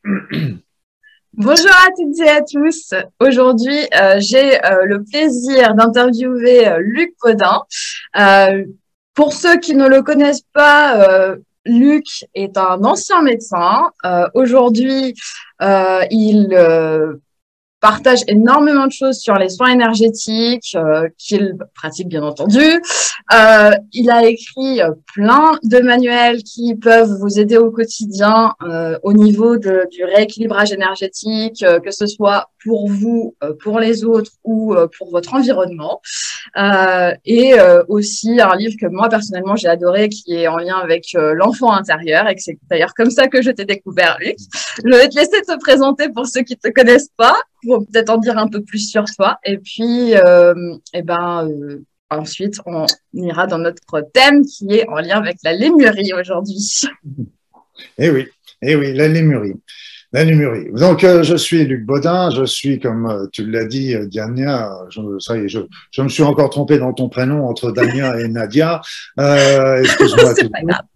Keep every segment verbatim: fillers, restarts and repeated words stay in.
Bonjour à toutes et à tous. Aujourd'hui, euh, j'ai euh, le plaisir d'interviewer euh, Luc Bodin. Euh, pour ceux qui ne le connaissent pas, euh, Luc est un ancien médecin. Euh, aujourd'hui, euh, il euh, partage énormément de choses sur les soins énergétiques euh, qu'il pratique bien entendu. Euh, il a écrit euh, plein de manuels qui peuvent vous aider au quotidien euh, au niveau de, du rééquilibrage énergétique, euh, que ce soit pour vous, euh, pour les autres ou euh, pour votre environnement. Euh, et euh, aussi un livre que moi personnellement j'ai adoré qui est en lien avec euh, l'enfant intérieur et que c'est d'ailleurs comme ça que je t'ai découvert, Luc. Je vais te laisser te présenter pour ceux qui te connaissent pas, pour peut-être en dire un peu plus sur toi. Et puis, euh, et ben, euh, ensuite, on ira dans notre thème qui est en lien avec la lémurie aujourd'hui. Eh oui, eh oui, la lémurie. La lémurie. Donc, euh, je suis Luc Bodin, je suis, comme euh, tu l'as dit, euh, Diania, je, ça y est, je, je me suis encore trompé dans ton prénom entre Dania et Nadia. Euh, excuse-moi. C'est pas grave.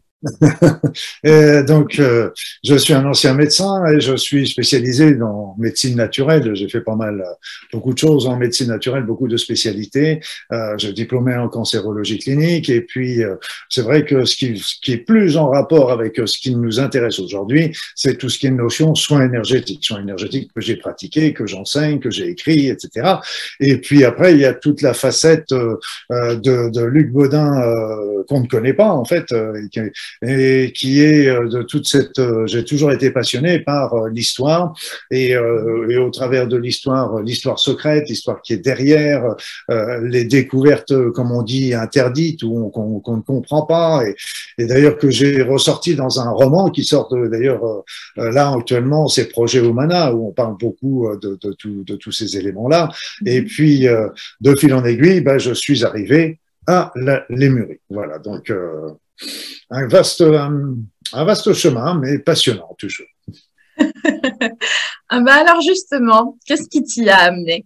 Et donc, euh, je suis un ancien médecin et je suis spécialisé dans médecine naturelle. J'ai fait pas mal, euh, beaucoup de choses en médecine naturelle, beaucoup de spécialités. Euh, j'ai diplômé en cancérologie clinique et puis euh, c'est vrai que ce qui, ce qui est plus en rapport avec ce qui nous intéresse aujourd'hui, c'est tout ce qui est notion soins énergétiques, soins énergétiques que j'ai pratiqués, que j'enseigne, que j'ai écrit, et cetera. Et puis après, il y a toute la facette euh, de, de Luc Bodin euh, qu'on ne connaît pas en fait. Euh, et qui, et qui est de toute cette. J'ai toujours été passionné par l'histoire et, et au travers de l'histoire, l'histoire secrète, l'histoire qui est derrière, euh, les découvertes, comme on dit, interdites ou qu'on qu'on ne comprend pas. Et, et d'ailleurs que j'ai ressorti dans un roman qui sort d'ailleurs euh, là actuellement, c'est Projet Humana où on parle beaucoup de, de, de, de tous ces éléments-là. Et puis euh, de fil en aiguille, ben, je suis arrivé à la lémurie. Voilà, donc euh, un vaste, un, un vaste chemin, mais passionnant toujours. Ah bah alors justement, qu'est-ce qui t'y a amené?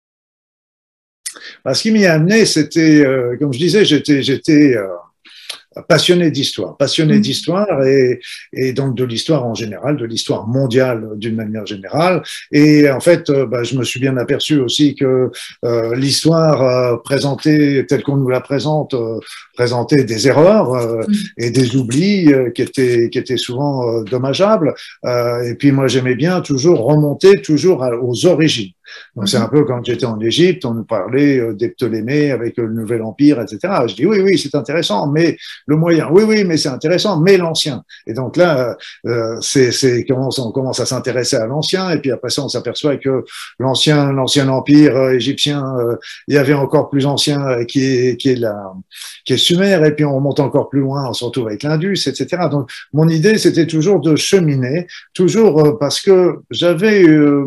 Bah, ce qui m'y a amené, c'était, euh, comme je disais, j'étais, j'étais euh, passionné d'histoire, passionné Mmh. d'histoire et, et donc de l'histoire en général, de l'histoire mondiale d'une manière générale. Et en fait, euh, bah, je me suis bien aperçu aussi que euh, l'histoire euh, présentée telle qu'on nous la présente euh, présentait des erreurs euh, Mmh. et des oublis euh, qui étaient qui étaient souvent euh, dommageables. Euh, et puis moi, j'aimais bien toujours remonter toujours à, aux origines. Donc c'est un peu quand j'étais en Égypte, on nous parlait euh, des Ptolémées avec le Nouvel Empire, et cetera. Je dis oui, oui, c'est intéressant, mais le moyen, oui, oui, mais c'est intéressant, mais l'ancien. Et donc là, euh, c'est, c'est commence, on commence à s'intéresser à l'ancien, et puis après ça, on s'aperçoit que l'ancien, l'ancien empire euh, égyptien, euh, il y avait encore plus ancien euh, qui est, qui est la, qui est Sumer, et puis on remonte encore plus loin, on se retrouve avec l'Indus, et cetera. Donc mon idée, c'était toujours de cheminer, toujours euh, parce que j'avais euh,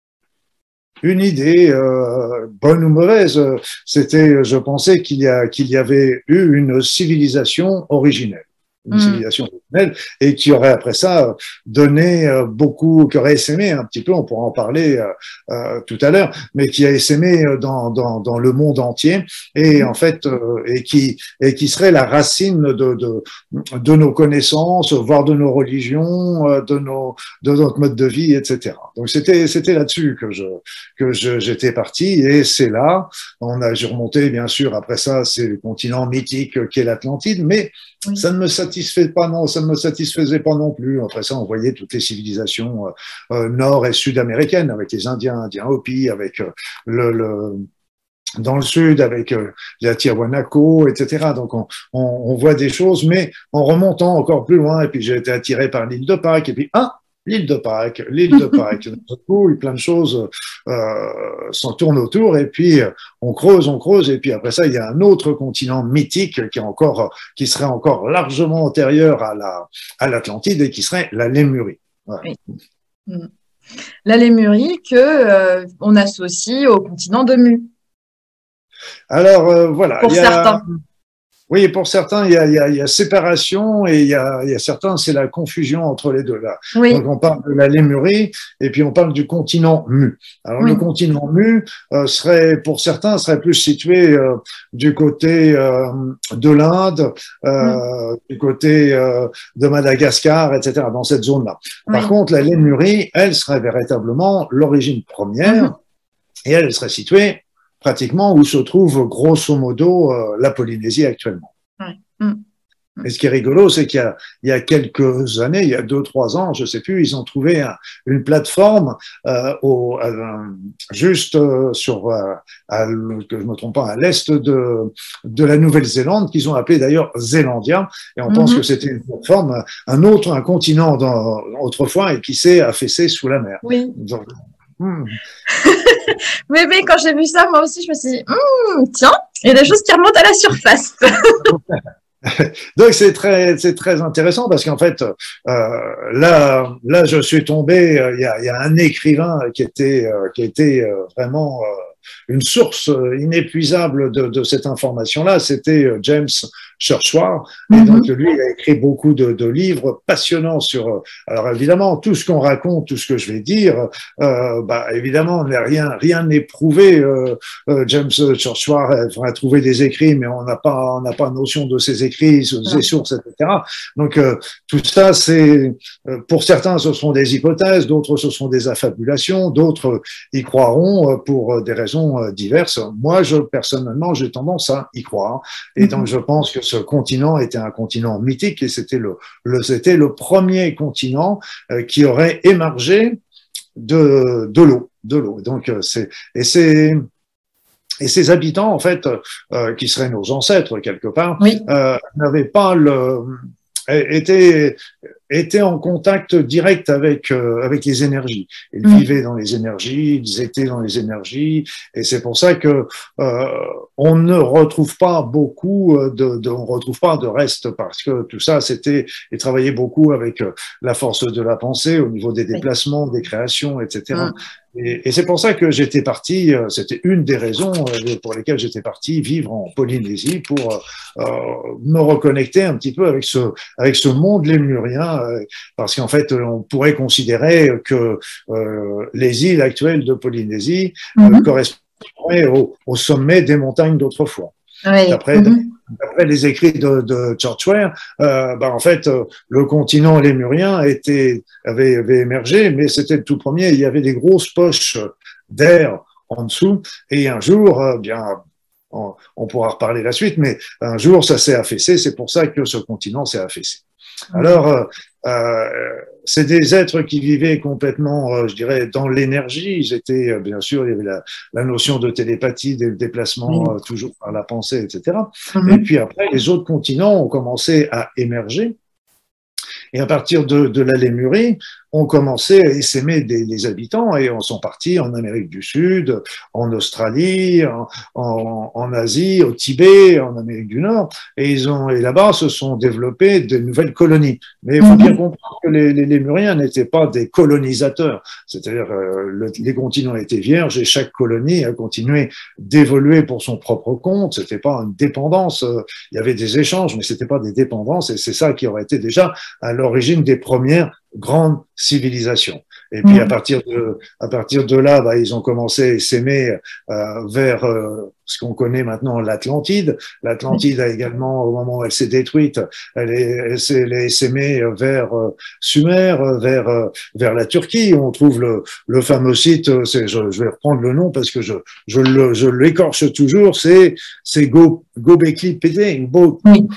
une idée, euh, bonne ou mauvaise, c'était, je pensais qu'il y a, qu'il y avait eu une civilisation originelle, une Mmh. civilisation originelle, et qui aurait après ça donné beaucoup, qui aurait essaimé un petit peu, on pourra en parler euh, euh, tout à l'heure, mais qui a essaimé dans, dans, dans le monde entier, et en fait, euh, et qui, et qui serait la racine de, de, de nos connaissances, voire de nos religions, de nos, de notre mode de vie, et cetera. Donc c'était, c'était là-dessus que je, que je, j'étais parti, et c'est là, on a, j'ai remonté, bien sûr, après ça, c'est le continent mythique qui est l'Atlantide, mais Oui. ça ne me satisfait pas, non, ça ne me satisfaisait pas non plus. Après ça, on voyait toutes les civilisations euh, nord- et sud-américaines, avec les Indiens, Indiens Hopi, avec euh, le, le dans le sud avec euh, la Tiahuanaco, et cetera. Donc on, on, on voit des choses, mais en remontant encore plus loin, et puis j'ai été attiré par l'île de Pâques, et puis ah, l'île de Pâques, l'île de Pâques. D'un coup, plein de choses euh, s'en tournent autour, et puis on creuse, on creuse, et puis après ça, il y a un autre continent mythique qui est encore, qui serait encore largement antérieur à la à l'Atlantide et qui serait la Lémurie. Voilà. Oui. Mmh. La lémurie que euh, on associe au continent de Mu. Alors euh, voilà, Pour il y a certains. Oui, pour certains, il y a, il y a, il y a séparation et il y a, il y a certains, c'est la confusion entre les deux là. Oui, Donc on parle de la Lémurie et puis on parle du continent Mu. Alors le oui. continent Mu euh, serait, pour certains, serait plus situé euh, du côté euh, de l'Inde, Mm. euh, du côté euh, de Madagascar, et cetera, dans cette zone-là. Par Oui. contre, la Lémurie, elle serait véritablement l'origine première Mhm. et elle serait située pratiquement où se trouve grosso modo euh, la Polynésie actuellement. Ouais. Mm. Et ce qui est rigolo, c'est qu'il y a, il y a quelques années, il y a deux, trois ans, je sais plus, ils ont trouvé un, une plateforme euh, au, euh, juste euh, sur, euh, à, que je me trompe pas, à l'est de, de la Nouvelle-Zélande, qu'ils ont appelé d'ailleurs Zélandia. Et on pense que Mhm. c'était une plateforme, un autre, un continent dans, autrefois, et qui s'est affaissé sous la mer. Oui. Donc, hmm. Mais, mais quand j'ai vu ça, moi aussi, je me suis dit, Hum, tiens, il y a des choses qui remontent à la surface. Donc c'est très c'est très intéressant parce qu'en fait euh, là là je suis tombé euh, il y a il y a un écrivain qui était euh, qui était euh, vraiment euh, une source inépuisable de, de cette information-là, c'était euh, James Churchward. Et donc, Mhm. lui, il a écrit beaucoup de, de livres passionnants sur... euh, Alors, évidemment, tout ce qu'on raconte, tout ce que je vais dire, euh, bah, évidemment, rien rien n'est prouvé. Euh, euh, James Churchward a trouvé des écrits, mais on n'a pas on n'a pas notion de ses écrits, ses Non. sources, et cetera. Donc, euh, tout ça, c'est... euh, Pour certains, ce sont des hypothèses, d'autres, ce sont des affabulations, d'autres y croiront euh, pour des raisons euh, diverses. Moi, je personnellement, j'ai tendance à y croire. Et donc, Mhm. je pense que ce continent était un continent mythique et c'était le, le, c'était le premier continent euh, qui aurait émergé de, de l'eau. De l'eau. Donc, euh, c'est, et c'est, et ces habitants, en fait, euh, qui seraient nos ancêtres quelque part, Oui. euh, n'avaient pas le, étaient, étaient en contact direct avec euh, avec les énergies. Ils Mhm. vivaient dans les énergies, ils étaient dans les énergies, et c'est pour ça que euh, on ne retrouve pas beaucoup de, de on retrouve pas de restes parce que tout ça c'était ils travaillaient beaucoup avec la force de la pensée au niveau des Oui. déplacements, des créations, et cetera. Mhm. Et, et c'est pour ça que j'étais parti. C'était une des raisons pour lesquelles j'étais parti vivre en Polynésie pour euh, me reconnecter un petit peu avec ce avec ce monde lémurien, euh, parce qu'en fait, on pourrait considérer que euh, les îles actuelles de Polynésie euh, Mhm. correspondraient au, au sommet des montagnes d'autrefois. Oui. D'après Mhm. d'après les écrits de, de Churchward, euh, bah, en fait, euh, le continent lémurien était, avait, avait émergé, mais c'était le tout premier. Il y avait des grosses poches d'air en dessous, et un jour, euh, bien, on, on pourra reparler la suite, mais un jour, ça s'est affaissé. C'est pour ça que ce continent s'est affaissé. Alors, Mhm. euh, euh, c'est des êtres qui vivaient complètement, euh, je dirais, dans l'énergie. Ils étaient, euh, bien sûr, il y avait la, la notion de télépathie, des déplacements euh, Oui. toujours par la pensée, et cetera. Et Mhm. puis après, les autres continents ont commencé à émerger. Et à partir de, de la Lémurie, on commençait à essaimer des, des habitants et on sont partis en Amérique du Sud, en Australie, en, en, en Asie, au Tibet, en Amérique du Nord. Et ils ont, et là-bas se sont développées de nouvelles colonies. Mais il faut bien Mhm. comprendre que les, les Lémuriens n'étaient pas des colonisateurs. C'est-à-dire, euh, le, les continents étaient vierges et chaque colonie a continué d'évoluer pour son propre compte. C'était pas une dépendance. Il y avait des échanges, mais c'était pas des dépendances. Et c'est ça qui aurait été déjà à l'origine des premières grandes civilisations. Et puis à Mhm. partir de, à partir de là, bah, ils ont commencé à s'aimer euh, vers euh, ce qu'on connaît maintenant l'Atlantide. Oui. L'Atlantide a également, au moment où elle s'est détruite, elle est, elle s'est, elle est s'aimer vers euh, Sumer, vers euh, vers la Turquie. On trouve le, le fameux site. C'est, je, je vais reprendre le nom parce que je je, le, je l'écorche toujours. C'est c'est Go, Gobekli Tepe, Go, Oui.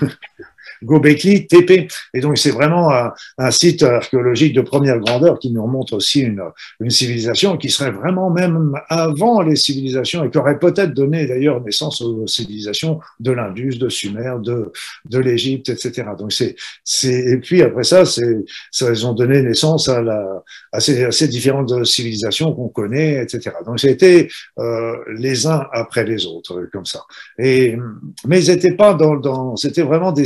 Gobekli Tepe. Et donc, c'est vraiment un, un site archéologique de première grandeur qui nous remontre aussi une, une civilisation qui serait vraiment même avant les civilisations et qui aurait peut-être donné d'ailleurs naissance aux civilisations de l'Indus, de Sumer, de, de l'Égypte, et cetera. Donc, c'est, c'est, et puis après ça, c'est, ça, ils ont donné naissance à la, à ces, à ces différentes civilisations qu'on connaît, et cetera. Donc, c'était euh, les uns après les autres, comme ça. Et, mais ils n'étaient pas dans, dans, c'était vraiment des civilisations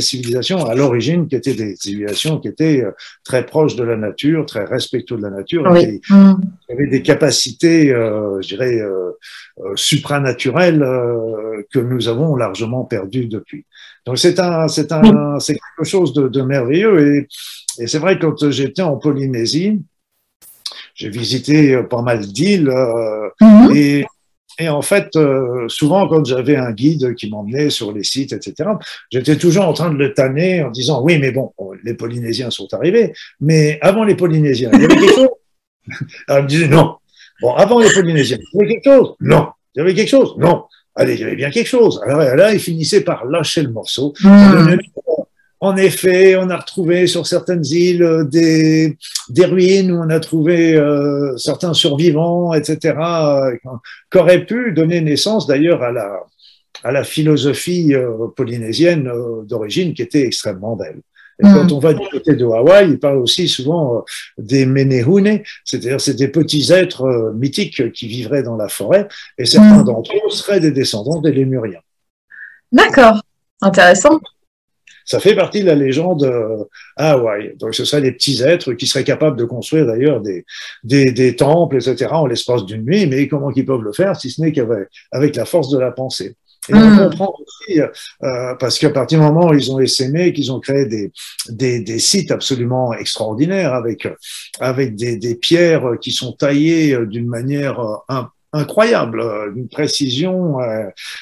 civilisations à l'origine qui étaient des civilisations qui étaient très proches de la nature, très respectueuses de la nature, Oui. et qui mmh. avaient des capacités, euh, je dirais, euh, euh, supranaturelles euh, que nous avons largement perdues depuis. Donc c'est un, c'est un, oui. c'est quelque chose de, de merveilleux. Et, et c'est vrai que quand j'étais en Polynésie, j'ai visité pas mal d'îles euh, mmh. et Et en fait, euh, souvent, quand j'avais un guide qui m'emmenait sur les sites, et cetera, j'étais toujours en train de le tanner en disant, oui, mais bon, les Polynésiens sont arrivés, mais avant les Polynésiens, il y avait quelque chose? Alors, il me disait, non. Bon, avant les Polynésiens, il y avait quelque chose? Non. Il y avait quelque chose? Non. Allez, il y avait bien quelque chose. Alors là, il finissait par lâcher le morceau. Mmh. En effet, on a retrouvé sur certaines îles des, des ruines où on a trouvé euh, certains survivants, et cetera, euh, qu'auraient pu donner naissance d'ailleurs à la, à la philosophie euh, polynésienne euh, d'origine qui était extrêmement belle. Et mmh. quand on va du côté de Hawaï, il parle aussi souvent euh, des menehune, c'est-à-dire c'est des petits êtres euh, mythiques qui vivraient dans la forêt, et certains mmh. d'entre eux seraient des descendants des Lémuriens. D'accord, intéressant. Ça fait partie de la légende euh, à Hawaï. Donc, ce seraient des petits êtres qui seraient capables de construire d'ailleurs des, des, des temples, et cetera, en l'espace d'une nuit. Mais comment ils peuvent le faire si ce n'est qu'avec avec la force de la pensée? Et mmh. on comprend aussi, euh, parce qu'à partir du moment où ils ont essaimé, qu'ils ont créé des, des, des sites absolument extraordinaires avec, avec des, des pierres qui sont taillées d'une manière euh, incroyable, d'une précision. Euh,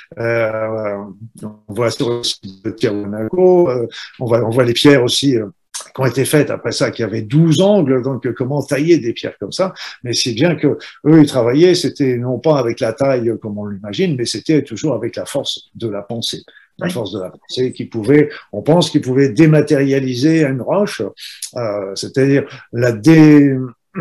euh, on voit sur le site de Tiahuanaco, euh, on voit, on voit les pierres aussi euh, qui ont été faites après ça, qui avaient douze angles, donc comment tailler des pierres comme ça. Mais c'est bien que eux, ils travaillaient, c'était non pas avec la taille comme on l'imagine, mais c'était toujours avec la force de la pensée. La force de la pensée qui pouvait, on pense qu'il pouvait dématérialiser une roche, euh, c'est-à-dire la dé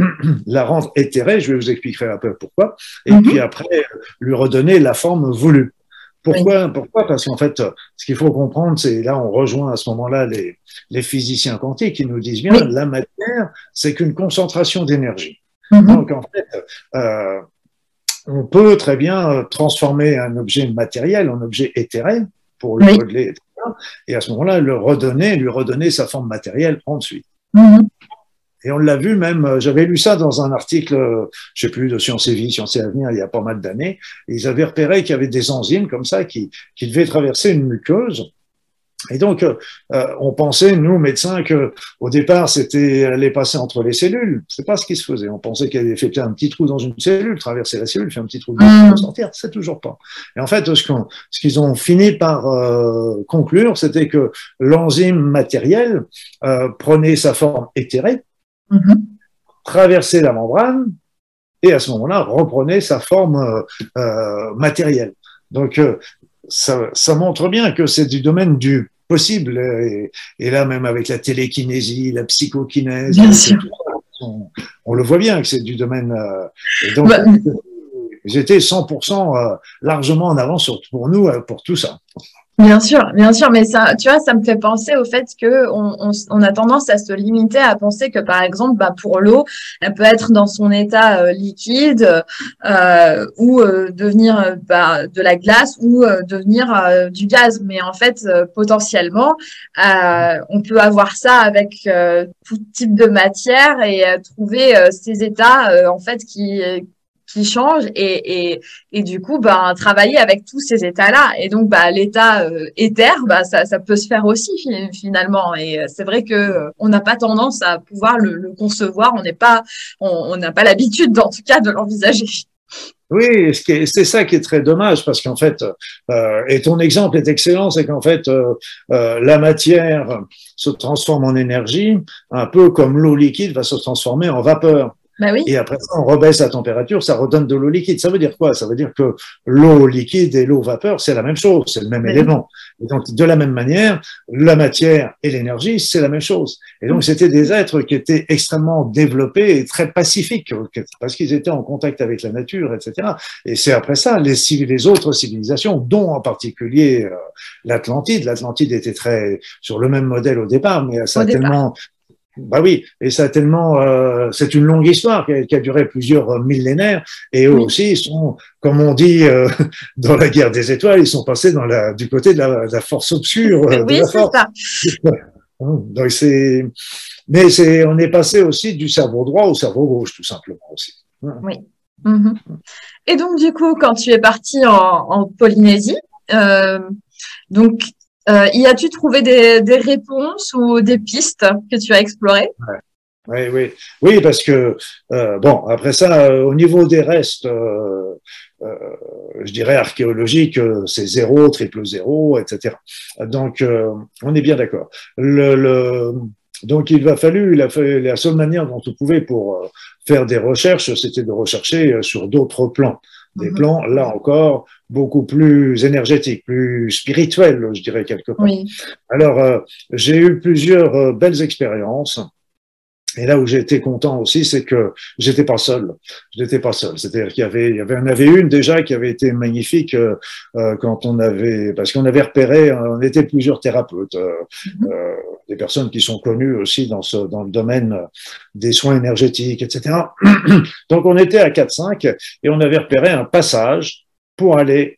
la rendre éthérée, je vais vous expliquer un peu pourquoi, et mm-hmm. puis après, lui redonner la forme voulue. Pourquoi? Oui. Pourquoi? Parce qu'en fait, ce qu'il faut comprendre, c'est, là, on rejoint à ce moment-là les, les physiciens quantiques qui nous disent bien, oui. la matière, c'est qu'une concentration d'énergie. Mm-hmm. Donc, en fait, euh, on peut très bien transformer un objet matériel en objet éthéré pour le oui. modeler, et cetera. Et à ce moment-là, le redonner, lui redonner sa forme matérielle ensuite. Mm-hmm. Et on l'a vu même, j'avais lu ça dans un article, je sais plus, de Sciences et Vie, Sciences et Avenir, il y a pas mal d'années, et ils avaient repéré qu'il y avait des enzymes comme ça qui, qui devaient traverser une muqueuse. Et donc, euh, on pensait, nous, médecins, que au départ, c'était aller passer entre les cellules. C'est pas ce qui se faisait. On pensait qu'elle avait fait un petit trou dans une cellule, traverser la cellule, faire un petit trou dedans, mmh. sortir. C'est toujours pas. Et en fait, ce, qu'on, ce qu'ils ont fini par euh, conclure, c'était que l'enzyme matérielle euh, prenait sa forme éthérée, Mmh. traverser la membrane et à ce moment-là reprenait sa forme euh, euh, matérielle. Donc euh, ça, ça montre bien que c'est du domaine du possible et, et là même avec la télékinésie, la psychokinèse, bien sûr. Tout ça, on, on le voit bien que c'est du domaine. Euh, et donc bah, j'étais cent pour cent euh, largement en avance sur, pour nous euh, pour tout ça. Bien sûr, bien sûr, mais ça, tu vois, ça me fait penser au fait que on, on, on a tendance à se limiter à penser que, par exemple, bah, pour l'eau, elle peut être dans son état euh, liquide euh, ou euh, devenir bah, de la glace ou euh, devenir euh, du gaz. Mais en fait, euh, potentiellement, euh, on peut avoir ça avec euh, tout type de matière et euh, trouver euh, ces états euh, en fait qui qui change et, et, et du coup, bah, travailler avec tous ces états-là. Et donc, bah, l'état euh, éther, bah, ça, ça peut se faire aussi finalement. Et c'est vrai que euh, on n'a pas tendance à pouvoir le, le concevoir. On n'est pas, on n'a pas l'habitude, en tout cas, de l'envisager. Oui, c'est ça qui est très dommage parce qu'en fait, euh, et ton exemple est excellent, c'est qu'en fait, euh, euh, la matière se transforme en énergie, un peu comme l'eau liquide va se transformer en vapeur. Bah oui. Et après ça, on rebaisse la température, ça redonne de l'eau liquide. Ça veut dire quoi? Ça veut dire que l'eau liquide et l'eau vapeur, c'est la même chose, c'est le même oui. élément. Et donc, de la même manière, la matière et l'énergie, c'est la même chose. Et donc, c'était des êtres qui étaient extrêmement développés et très pacifiques, parce qu'ils étaient en contact avec la nature, et cetera. Et c'est après ça, les, les autres civilisations, dont en particulier euh, l'Atlantide. L'Atlantide était très sur le même modèle au départ, mais ça a tellement Bah oui, et ça a tellement, euh, c'est une longue histoire qui a, qui a duré plusieurs millénaires, et eux Oui, aussi, ils sont, comme on dit euh, dans la guerre des étoiles, ils sont passés dans la, du côté de la, de la force obscure, euh, de oui, la c'est force. ça. Donc c'est, mais c'est, on est passé aussi du cerveau droit au cerveau gauche, tout simplement aussi. Oui. Mhm. Et donc, du coup, quand tu es parti en, en Polynésie, euh, donc, euh, y as-tu trouvé des, des réponses ou des pistes que tu as explorées? Oui, oui, oui, parce que euh, bon, après ça, euh, au niveau des restes, euh, euh, je dirais archéologiques, euh, c'est zéro, triple zéro, et cetera. Donc, euh, on est bien d'accord. Le, le, donc, il a fallu, il a fallu, la seule manière dont on pouvait pour euh, faire des recherches, c'était de rechercher euh, sur d'autres plans, des Mhm. plans, là encore, beaucoup plus énergétiques, plus spirituels, je dirais quelque part. Oui. Alors, euh, j'ai eu plusieurs euh, belles expériences. Et là où j'ai été content aussi, c'est que j'étais pas seul. Je n'étais pas seul. C'est-à-dire qu'il y avait, il y avait, on avait une déjà qui avait été magnifique euh, euh, quand on avait, parce qu'on avait repéré, on était plusieurs thérapeutes, euh, Mhm. euh, des personnes qui sont connues aussi dans ce, dans le domaine des soins énergétiques, et cetera. Donc on était à quatre cinq et on avait repéré un passage pour aller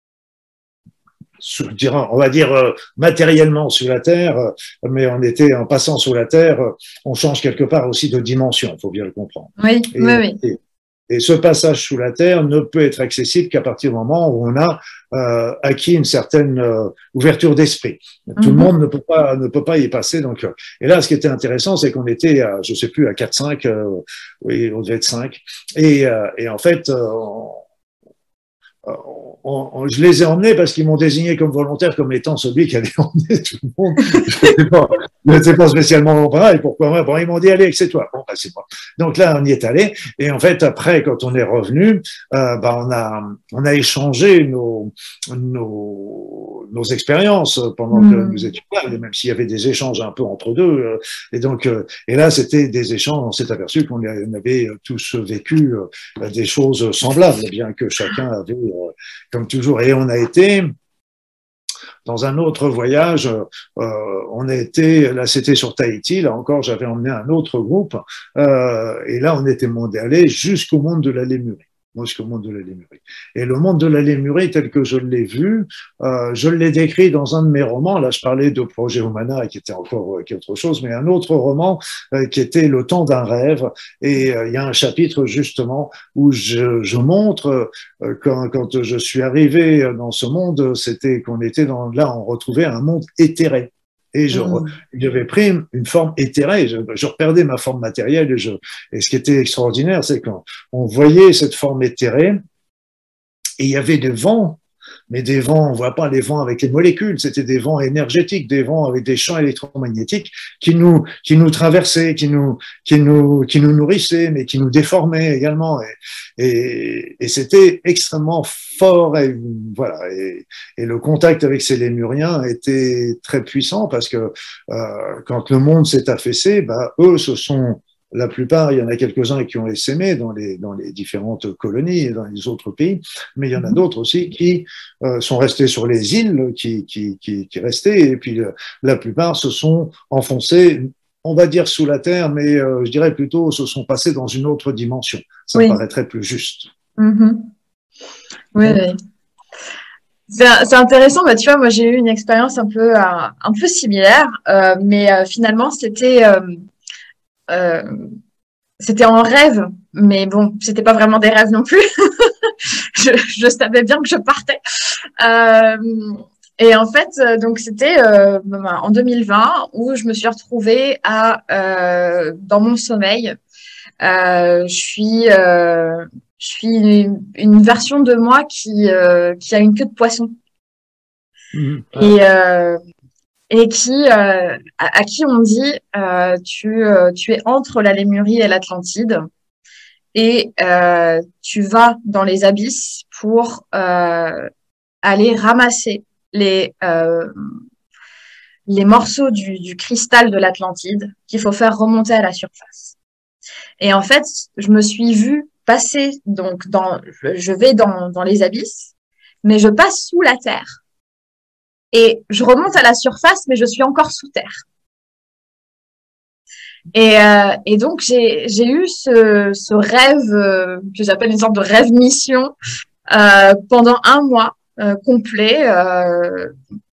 sous, on va dire euh, matériellement sous la Terre, euh, mais on était en passant sous la Terre, euh, on change quelque part aussi de dimension, il faut bien le comprendre. Oui, oui, Et, oui. et, et, ce passage sous la Terre ne peut être accessible qu'à partir du moment où on a euh, acquis une certaine euh, ouverture d'esprit. Tout le Mhm. monde ne peut pas ne peut pas y passer. Donc, euh, et là, ce qui était intéressant, c'est qu'on était, à, je sais plus, à quatre cinq, euh, oui, on devait être cinq, et, euh, et en fait, euh, on, on, on, je les ai emmenés parce qu'ils m'ont désigné comme volontaire comme étant celui qui allait emmener tout le monde. Je n'étais pas, pas spécialement pareil. Pourquoi moi? Bon, ils m'ont dit, allez, c'est toi. Bon, bah, c'est moi. Donc là, on y est allé. Et en fait, après, quand on est revenu, euh, bah, on a, on a échangé nos, nos, nos expériences pendant que nous Mhm. étions là, même s'il y avait des échanges un peu entre deux. Et donc, euh, et là, c'était des échanges. On s'est aperçu qu'on avait tous vécu euh, des choses semblables, bien que chacun avait euh, comme toujours. Et on a été dans un autre voyage, euh, on a été, là c'était sur Tahiti, là encore j'avais emmené un autre groupe, euh, et là on était allé jusqu'au monde de la Lémurie. Jusqu'au monde de la Lémurie. Et le monde de la Lémurie, tel que je l'ai vu, euh, je l'ai décrit dans un de mes romans. Là, je parlais de Projet Humana, qui était encore euh, autre chose, mais un autre roman euh, qui était Le temps d'un rêve. Et euh, il y a un chapitre justement où je, je montre euh, quand, quand je suis arrivé dans ce monde, c'était qu'on était dans, là, on retrouvait un monde éthéré. Et je, Mhm. j'avais pris une forme éthérée, je, je reperdais ma forme matérielle. Et, je, et ce qui était extraordinaire, c'est qu'on on voyait cette forme éthérée et il y avait des vents, mais des vents, on ne voit pas les vents avec les molécules, c'était des vents énergétiques, des vents avec des champs électromagnétiques qui nous, qui nous traversaient, qui nous, qui nous, qui nous nourrissaient, mais qui nous déformaient également. Et, et, et c'était extrêmement fort. Et voilà. Et, et le contact avec ces lémuriens était très puissant parce que euh, quand le monde s'est affaissé, bah, eux se sont la plupart, il y en a quelques-uns qui ont essaimé dans les, dans les différentes colonies et dans les autres pays, mais il y en a Mhm. d'autres aussi qui euh, sont restés sur les îles, qui, qui, qui, qui restaient, et puis le, la plupart se sont enfoncés, on va dire sous la terre, mais euh, je dirais plutôt se sont passés dans une autre dimension. Ça me Oui. paraîtrait plus juste. Mhm. Oui, Bon. oui. C'est c'est intéressant. Bah, tu vois, moi, j'ai eu une expérience un peu, euh, un peu similaire, euh, mais euh, finalement, c'était euh, euh, c'était en rêve. Mais bon, c'était pas vraiment des rêves non plus. je, je savais bien que je partais. Euh, et en fait, euh, donc c'était euh, en deux mille vingt où je me suis retrouvée à euh, dans mon sommeil. Euh, je suis euh, je suis une, une version de moi qui euh, qui a une queue de poisson Mmh. et euh, et qui euh, à, à qui on dit euh, tu euh, tu es entre la Lémurie et l'Atlantide et euh, tu vas dans les abysses pour euh, aller ramasser les, euh, les morceaux du, du cristal de l'Atlantide qu'il faut faire remonter à la surface. Et en fait, je me suis vue passer, donc dans, je vais dans, dans les abysses, mais je passe sous la terre. Et je remonte à la surface, mais je suis encore sous terre. Et, euh, et donc, j'ai, j'ai eu ce, ce rêve euh, que j'appelle une sorte de rêve mission euh, pendant un mois euh, complet euh,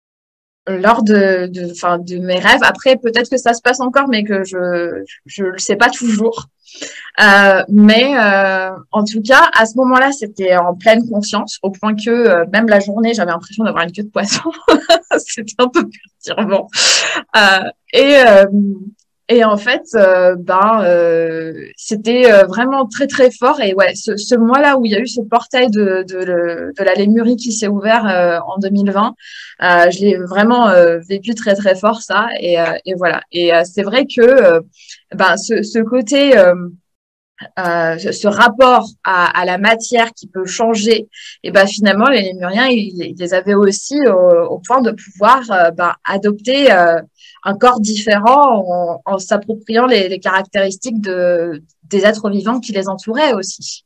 lors de, de, enfin, de mes rêves. Après, peut-être que ça se passe encore, mais que je je le sais pas toujours. Euh, mais euh, en tout cas, à ce moment-là, c'était en pleine conscience, au point que euh, même la journée, j'avais l'impression d'avoir une queue de poisson. C'était un peu perturbant. Euh, et euh, et en fait, euh, ben, euh, c'était euh, vraiment très très fort. Et ouais, ce, ce mois-là où il y a eu ce portail de de, le- de la Lémurie qui s'est ouvert euh, en deux mille vingt, euh, je l'ai vraiment euh, vécu très très fort ça. Et euh, et voilà. Et euh, c'est vrai que euh, ben ce ce côté euh, euh, ce rapport à, à la matière qui peut changer, et ben finalement les Lémuriens ils, ils les avaient aussi au, au point de pouvoir euh, ben, adopter euh, un corps différent en, en s'appropriant les, les caractéristiques de, des êtres vivants qui les entouraient aussi.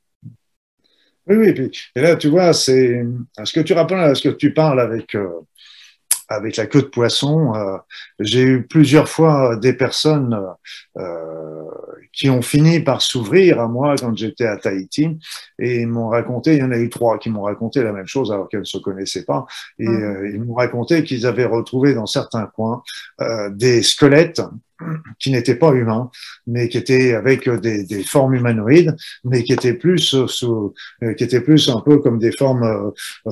Oui, oui, et, puis, et là, tu vois, c'est ce que tu rappelles, ce que tu parles avec, euh, avec la queue de poisson. Euh, j'ai eu plusieurs fois des personnes euh, qui ont fini par s'ouvrir à moi quand j'étais à Tahiti et ils m'ont raconté, il y en a eu trois qui m'ont raconté la même chose alors qu'elles ne se connaissaient pas. Et Mmh. euh, ils m'ont raconté qu'ils avaient retrouvé dans certains coins euh, des squelettes qui n'étaient pas humains, mais qui étaient avec des, des formes humanoïdes, mais qui étaient plus sous, qui étaient plus un peu comme des formes, euh,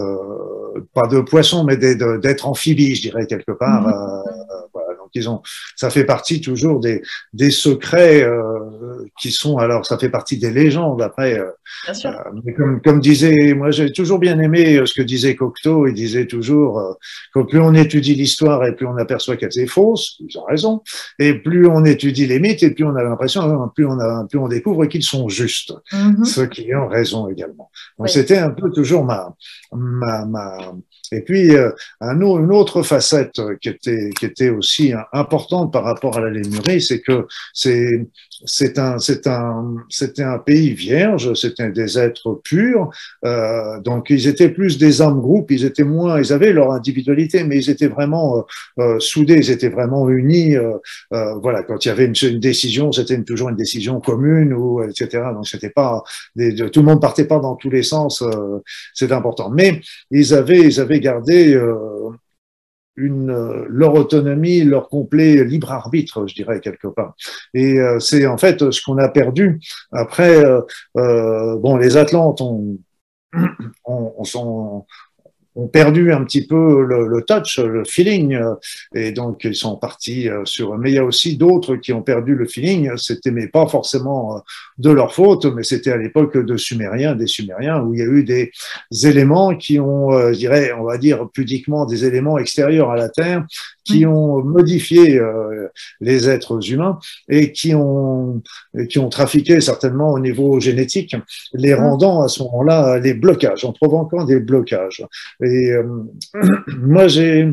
euh, pas de poissons, mais d'êtres amphibies, je dirais quelque part. Mmh. Euh, voilà, donc ils ont, ça fait partie toujours des, des secrets euh, qui sont, alors ça fait partie des légendes après. Euh, Bien euh, sûr. mais comme, comme disait, moi j'ai toujours bien aimé ce que disait Cocteau, il disait toujours euh, que plus on étudie l'histoire et plus on aperçoit qu'elle est fausse, ils ont raison, et plus on étudie les mythes et plus on a l'impression, plus on a, plus on découvre qu'ils sont justes, Mmh. ceux qui ont raison également. Donc Oui. c'était un peu toujours ma, ma, ma et puis euh, un, une autre facette qui était, qui était aussi importante par rapport à la Lémurie, c'est que c'est c'est un, c'est un, c'était un pays vierge, c'était des êtres purs, euh, donc ils étaient plus des âmes groupes, ils étaient moins, ils avaient leur individualité, mais ils étaient vraiment euh, euh, soudés, ils étaient vraiment unis. Euh, euh, voilà, quand il y avait une, une décision, c'était une, toujours une décision commune, ou et cetera. Donc c'était pas, des, tout le monde partait pas dans tous les sens, euh, c'est important. Mais ils avaient, ils avaient gardé euh, une, leur autonomie, leur complet libre arbitre, je dirais quelque part. Et euh, c'est en fait ce qu'on a perdu. Après, euh, euh, bon, les Atlantes ont, ont, ont, ont perdu un petit peu le, le touch, le feeling, et donc ils sont partis sur. Mais il y a aussi d'autres qui ont perdu le feeling. C'était mais pas forcément de leur faute, mais c'était à l'époque de Sumériens, des Sumériens, où il y a eu des éléments qui ont, je dirais, on va dire pudiquement, des éléments extérieurs à la Terre qui Oui. ont modifié euh, les êtres humains et qui ont qui ont trafiqué certainement au niveau génétique, les Mmh. rendant à ce moment-là les blocages, en provoquant des blocages. Et euh, moi, j'ai,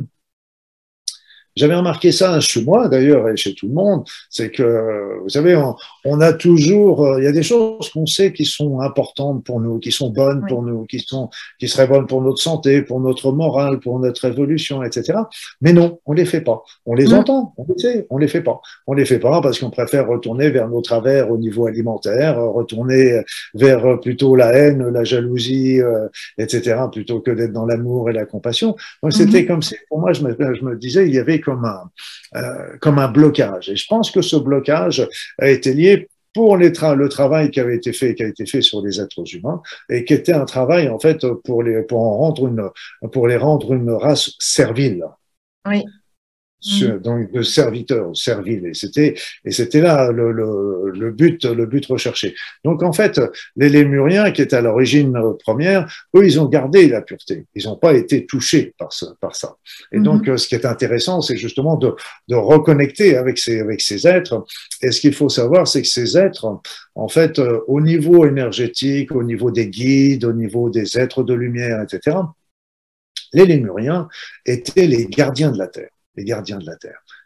j'avais remarqué ça chez moi d'ailleurs et chez tout le monde, c'est que, vous savez, on, on a toujours, euh, il y a des choses qu'on sait qui sont importantes pour nous, qui sont bonnes Oui. pour nous, qui sont, qui seraient bonnes pour notre santé, pour notre morale, pour notre évolution, et cetera. Mais non, on les fait pas. On les Mmh. entend, on les sait, on les fait pas. On les fait pas parce qu'on préfère retourner vers nos travers au niveau alimentaire, retourner vers plutôt la haine, la jalousie, euh, et cetera, plutôt que d'être dans l'amour et la compassion. Donc c'était Mmh. comme si, pour moi, je me, je me disais, il y avait comme un, euh, comme un blocage. Et je pense que ce blocage a été lié pour les tra le travail qui avait été fait, qui a été fait sur les êtres humains, et qui était un travail en fait pour les pour en rendre une pour les rendre une race servile. Oui. Mmh. Donc de serviteurs serviles, et c'était et c'était là le, le, le but le but recherché. Donc en fait les Lémuriens qui étaient à l'origine première, eux ils ont gardé la pureté, ils n'ont pas été touchés par ce, par ça. Et donc Mmh. ce qui est intéressant, c'est justement de, de reconnecter avec ces avec ces êtres. Et ce qu'il faut savoir, c'est que ces êtres, en fait, au niveau énergétique, au niveau des guides, au niveau des êtres de lumière, et cetera, les Lémuriens étaient les gardiens de la Terre. Les gardiens de la Terre.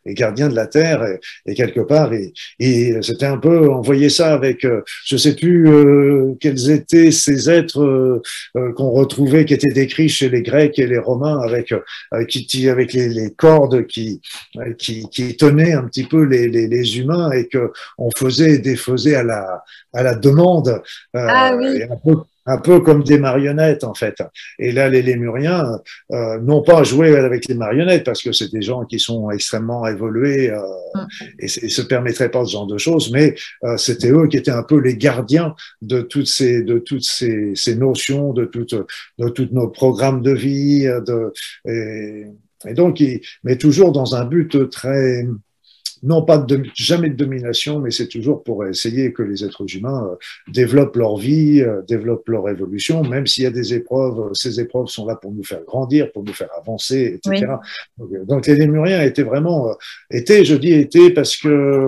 les gardiens de la terre et, et quelque part et, et c'était un peu on voyait ça avec euh, je sais plus euh, quels étaient ces êtres euh, euh, qu'on retrouvait qui étaient décrits chez les Grecs et les Romains avec euh, qui avec les, les cordes qui, qui qui tenaient un petit peu les, les, les humains et que on faisait et défaisait à la à la demande Ah euh, oui. et un peu un peu comme des marionnettes en fait. Et là, les Lémuriens euh, n'ont pas joué avec les marionnettes parce que c'est des gens qui sont extrêmement évolués euh, et, et se permettraient pas ce genre de choses, mais euh, c'était eux qui étaient un peu les gardiens de toutes ces de toutes ces, ces notions, de toutes de tous nos programmes de vie, de et, et donc, ils, mais toujours dans un but très non pas de, jamais de domination, mais c'est toujours pour essayer que les êtres humains euh, développent leur vie, euh, développent leur évolution, même s'il y a des épreuves, ces épreuves sont là pour nous faire grandir, pour nous faire avancer, Oui. et cetera. Donc, euh, donc les Lémuriens étaient vraiment, euh, étaient, je dis étaient parce que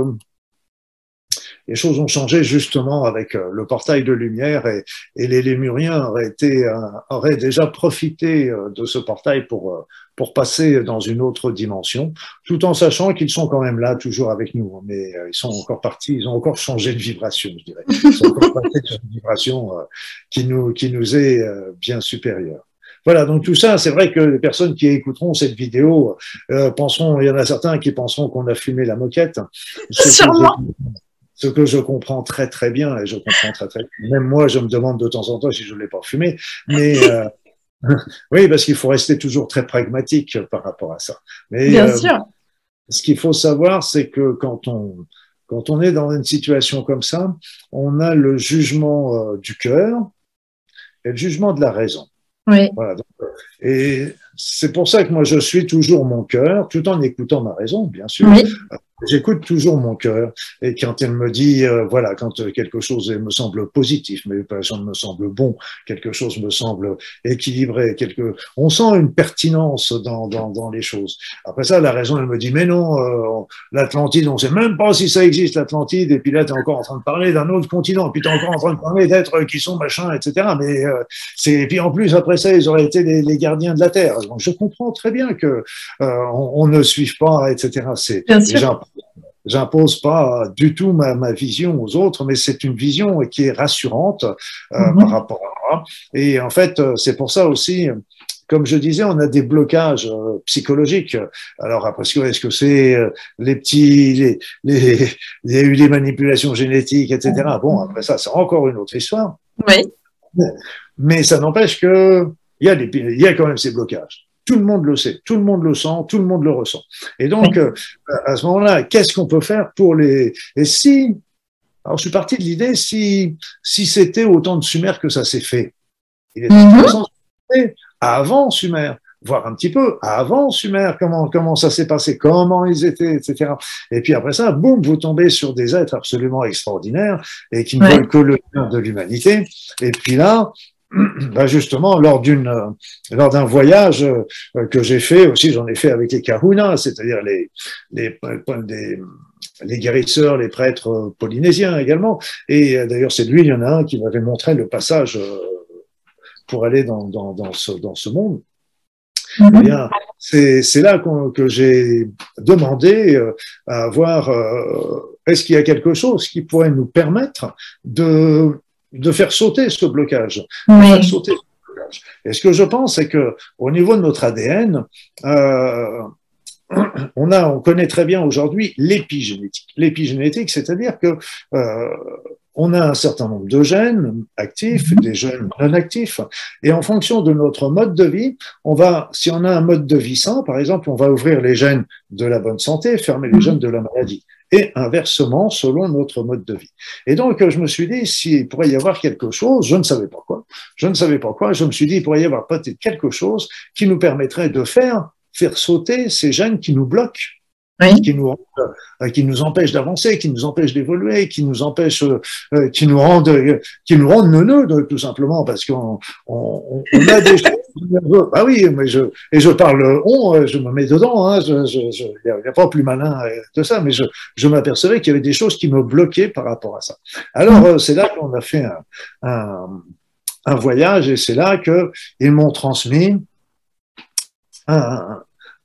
les choses ont changé justement avec euh, le portail de lumière et, et les Lémuriens auraient, été, euh, auraient déjà profité euh, de ce portail pour, euh, pour passer dans une autre dimension, tout en sachant qu'ils sont quand même là, toujours avec nous. Mais euh, ils sont encore partis, ils ont encore changé de vibration, je dirais. Ils sont encore passés sur une vibration euh, qui, nous, qui nous est euh, bien supérieure. Voilà, donc tout ça, c'est vrai que les personnes qui écouteront cette vidéo euh, penseront, il y en a certains qui penseront qu'on a fumé la moquette. Sûrement. Ce que je comprends très très bien, et je comprends très très bien. Même moi, je me demande de temps en temps si je ne l'ai pas fumé, mais euh, oui, parce qu'il faut rester toujours très pragmatique par rapport à ça. Mais Bien euh, sûr. ce qu'il faut savoir, c'est que quand on quand on est dans une situation comme ça, on a le jugement euh, du cœur et le jugement de la raison. Oui. Voilà. Donc, et c'est pour ça que moi, je suis toujours mon cœur, tout en écoutant ma raison, bien sûr. Oui. J'écoute toujours mon cœur et quand elle me dit, euh, voilà, quand quelque chose me semble positif, mais par exemple me semble bon, quelque chose me semble équilibré, quelque, on sent une pertinence dans, dans, dans les choses. Après ça, la raison, elle me dit, mais non, euh, l'Atlantide, on sait même pas si ça existe, l'Atlantide, et puis là, tu es encore en train de parler d'un autre continent, puis tu es encore en train de parler d'êtres qui sont machin, et cetera. Mais euh, c'est, et puis en plus, après ça, ils auraient été les, les gardiens de la Terre. Donc, je comprends très bien que euh, on, on ne suive pas, et cetera. C'est déjà j'impose pas du tout ma, ma vision aux autres, mais c'est une vision qui est rassurante euh, mm-hmm. par rapport à moi. Et en fait, c'est pour ça aussi, comme je disais, on a des blocages euh, psychologiques. Alors après, est-ce que c'est euh, les petits, les, les, il y a eu des manipulations génétiques, et cetera. Bon, après ça, c'est encore une autre histoire. Oui. Mais, mais ça n'empêche que il y a des, il y a quand même ces blocages. Tout le monde le sait, tout le monde le sent, tout le monde le ressent. Et donc, euh, à ce moment-là, qu'est-ce qu'on peut faire pour les... Et si... Alors, je suis parti de l'idée, si, si c'était autant de Sumer que ça s'est fait, il est intéressant mm-hmm. avant Sumer, voir un petit peu avant Sumer, comment, comment ça s'est passé, comment ils étaient, et cetera. Et puis après ça, boum, vous tombez sur des êtres absolument extraordinaires et qui ne ouais. veulent que le bien de l'humanité. Et puis là, ben justement, lors d'une, lors d'un voyage que j'ai fait aussi, j'en ai fait avec les Kahuna, c'est-à-dire les, les, les, les guérisseurs, les prêtres polynésiens également. Et d'ailleurs, c'est lui, il y en a un qui m'avait montré le passage pour aller dans, dans, dans ce, dans ce monde. Mm-hmm. Eh bien, c'est, c'est là qu'on, que j'ai demandé à voir, euh, est-ce qu'il y a quelque chose qui pourrait nous permettre de de faire sauter ce blocage, oui. de faire sauter ce blocage. Et ce que je pense, c'est que au niveau de notre A D N, euh, on a, on connaît très bien aujourd'hui l'épigénétique. L'épigénétique, c'est-à-dire que euh, on a un certain nombre de gènes actifs, des gènes non actifs, et en fonction de notre mode de vie, on va, si on a un mode de vie sain, par exemple, on va ouvrir les gènes de la bonne santé, fermer les gènes de la maladie. Et inversement, selon notre mode de vie. Et donc, je me suis dit, s'il pourrait y avoir quelque chose, je ne savais pas quoi, je ne savais pas quoi, je me suis dit, il pourrait y avoir peut-être quelque chose qui nous permettrait de faire, faire sauter ces gènes qui nous bloquent. Oui. Qui nous euh, qui nous empêchent d'avancer, qui nous empêchent d'évoluer, qui nous empêchent, euh, qui nous rendent, euh, qui nous rendent neuneux, tout simplement, parce qu'on on, on a des choses. Ah oui, mais je et je parle on, je me mets dedans. Hein, je, je, je, il n'y a pas plus malin que ça, mais je je m'apercevais qu'il y avait des choses qui me bloquaient par rapport à ça. Alors euh, c'est là qu'on a fait un, un un voyage et c'est là que ils m'ont transmis un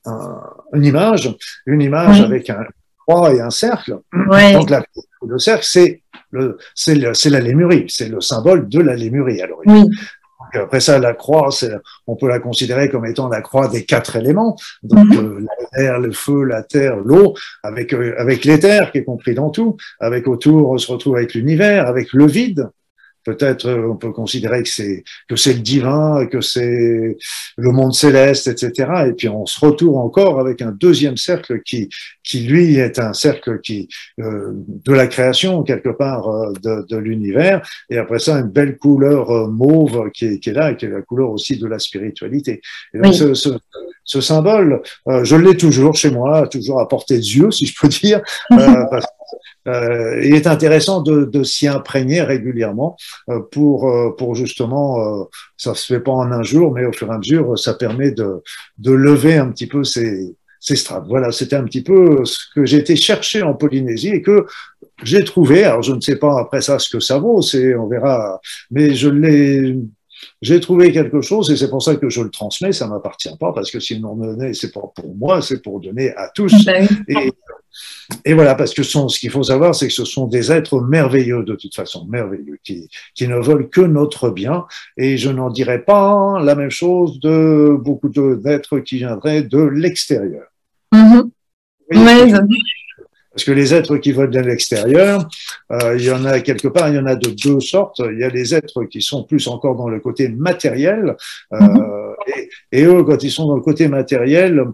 un, une image, une image Oui. avec un croix et un cercle. Ouais. Donc la, le cercle, c'est le, c'est le, c'est la lémurie, c'est le symbole de la lémurie à l'origine. Oui. Après ça, la croix, on peut la considérer comme étant la croix des quatre éléments, donc Mm-hmm. euh, l'air, le feu, la terre, l'eau, avec euh, avec l'éther qui est compris dans tout, avec autour on se retrouve avec l'univers, avec le vide. Peut-être euh, on peut considérer que c'est que c'est le divin, que c'est le monde céleste, et cetera. Et puis on se retrouve encore avec un deuxième cercle qui qui lui est un cercle qui euh, de la création quelque part euh, de, de l'univers. Et après ça une belle couleur euh, mauve qui est, qui est là, et qui est la couleur aussi de la spiritualité. Et donc Oui. ce, ce, ce symbole, euh, je l'ai toujours chez moi, toujours à portée de yeux, si je peux dire, euh, parce Euh, il est intéressant de, de s'y imprégner régulièrement euh, pour, euh, pour justement, euh, ça se fait pas en un jour, mais au fur et à mesure, ça permet de, de lever un petit peu ces, ces strates. Voilà, c'était un petit peu ce que j'ai été chercher en Polynésie et que j'ai trouvé. Alors, je ne sais pas après ça ce que ça vaut, c'est, on verra, mais je l'ai, j'ai trouvé quelque chose et c'est pour ça que je le transmets. Ça m'appartient pas parce que si on me donnait, c'est pas pour moi, c'est pour donner à tous. Ben oui. Et, et voilà, parce que ce qu'il faut savoir, c'est que ce sont des êtres merveilleux de toute façon, merveilleux, qui, qui ne veulent que notre bien. Et je n'en dirais pas la même chose de beaucoup d'êtres qui viendraient de l'extérieur. Mm-hmm. Ouais, parce que les êtres qui veulent de l'extérieur, euh, il y en a quelque part, il y en a de deux sortes. Il y a les êtres qui sont plus encore dans le côté matériel, euh, mm-hmm. et, et eux, quand ils sont dans le côté matériel,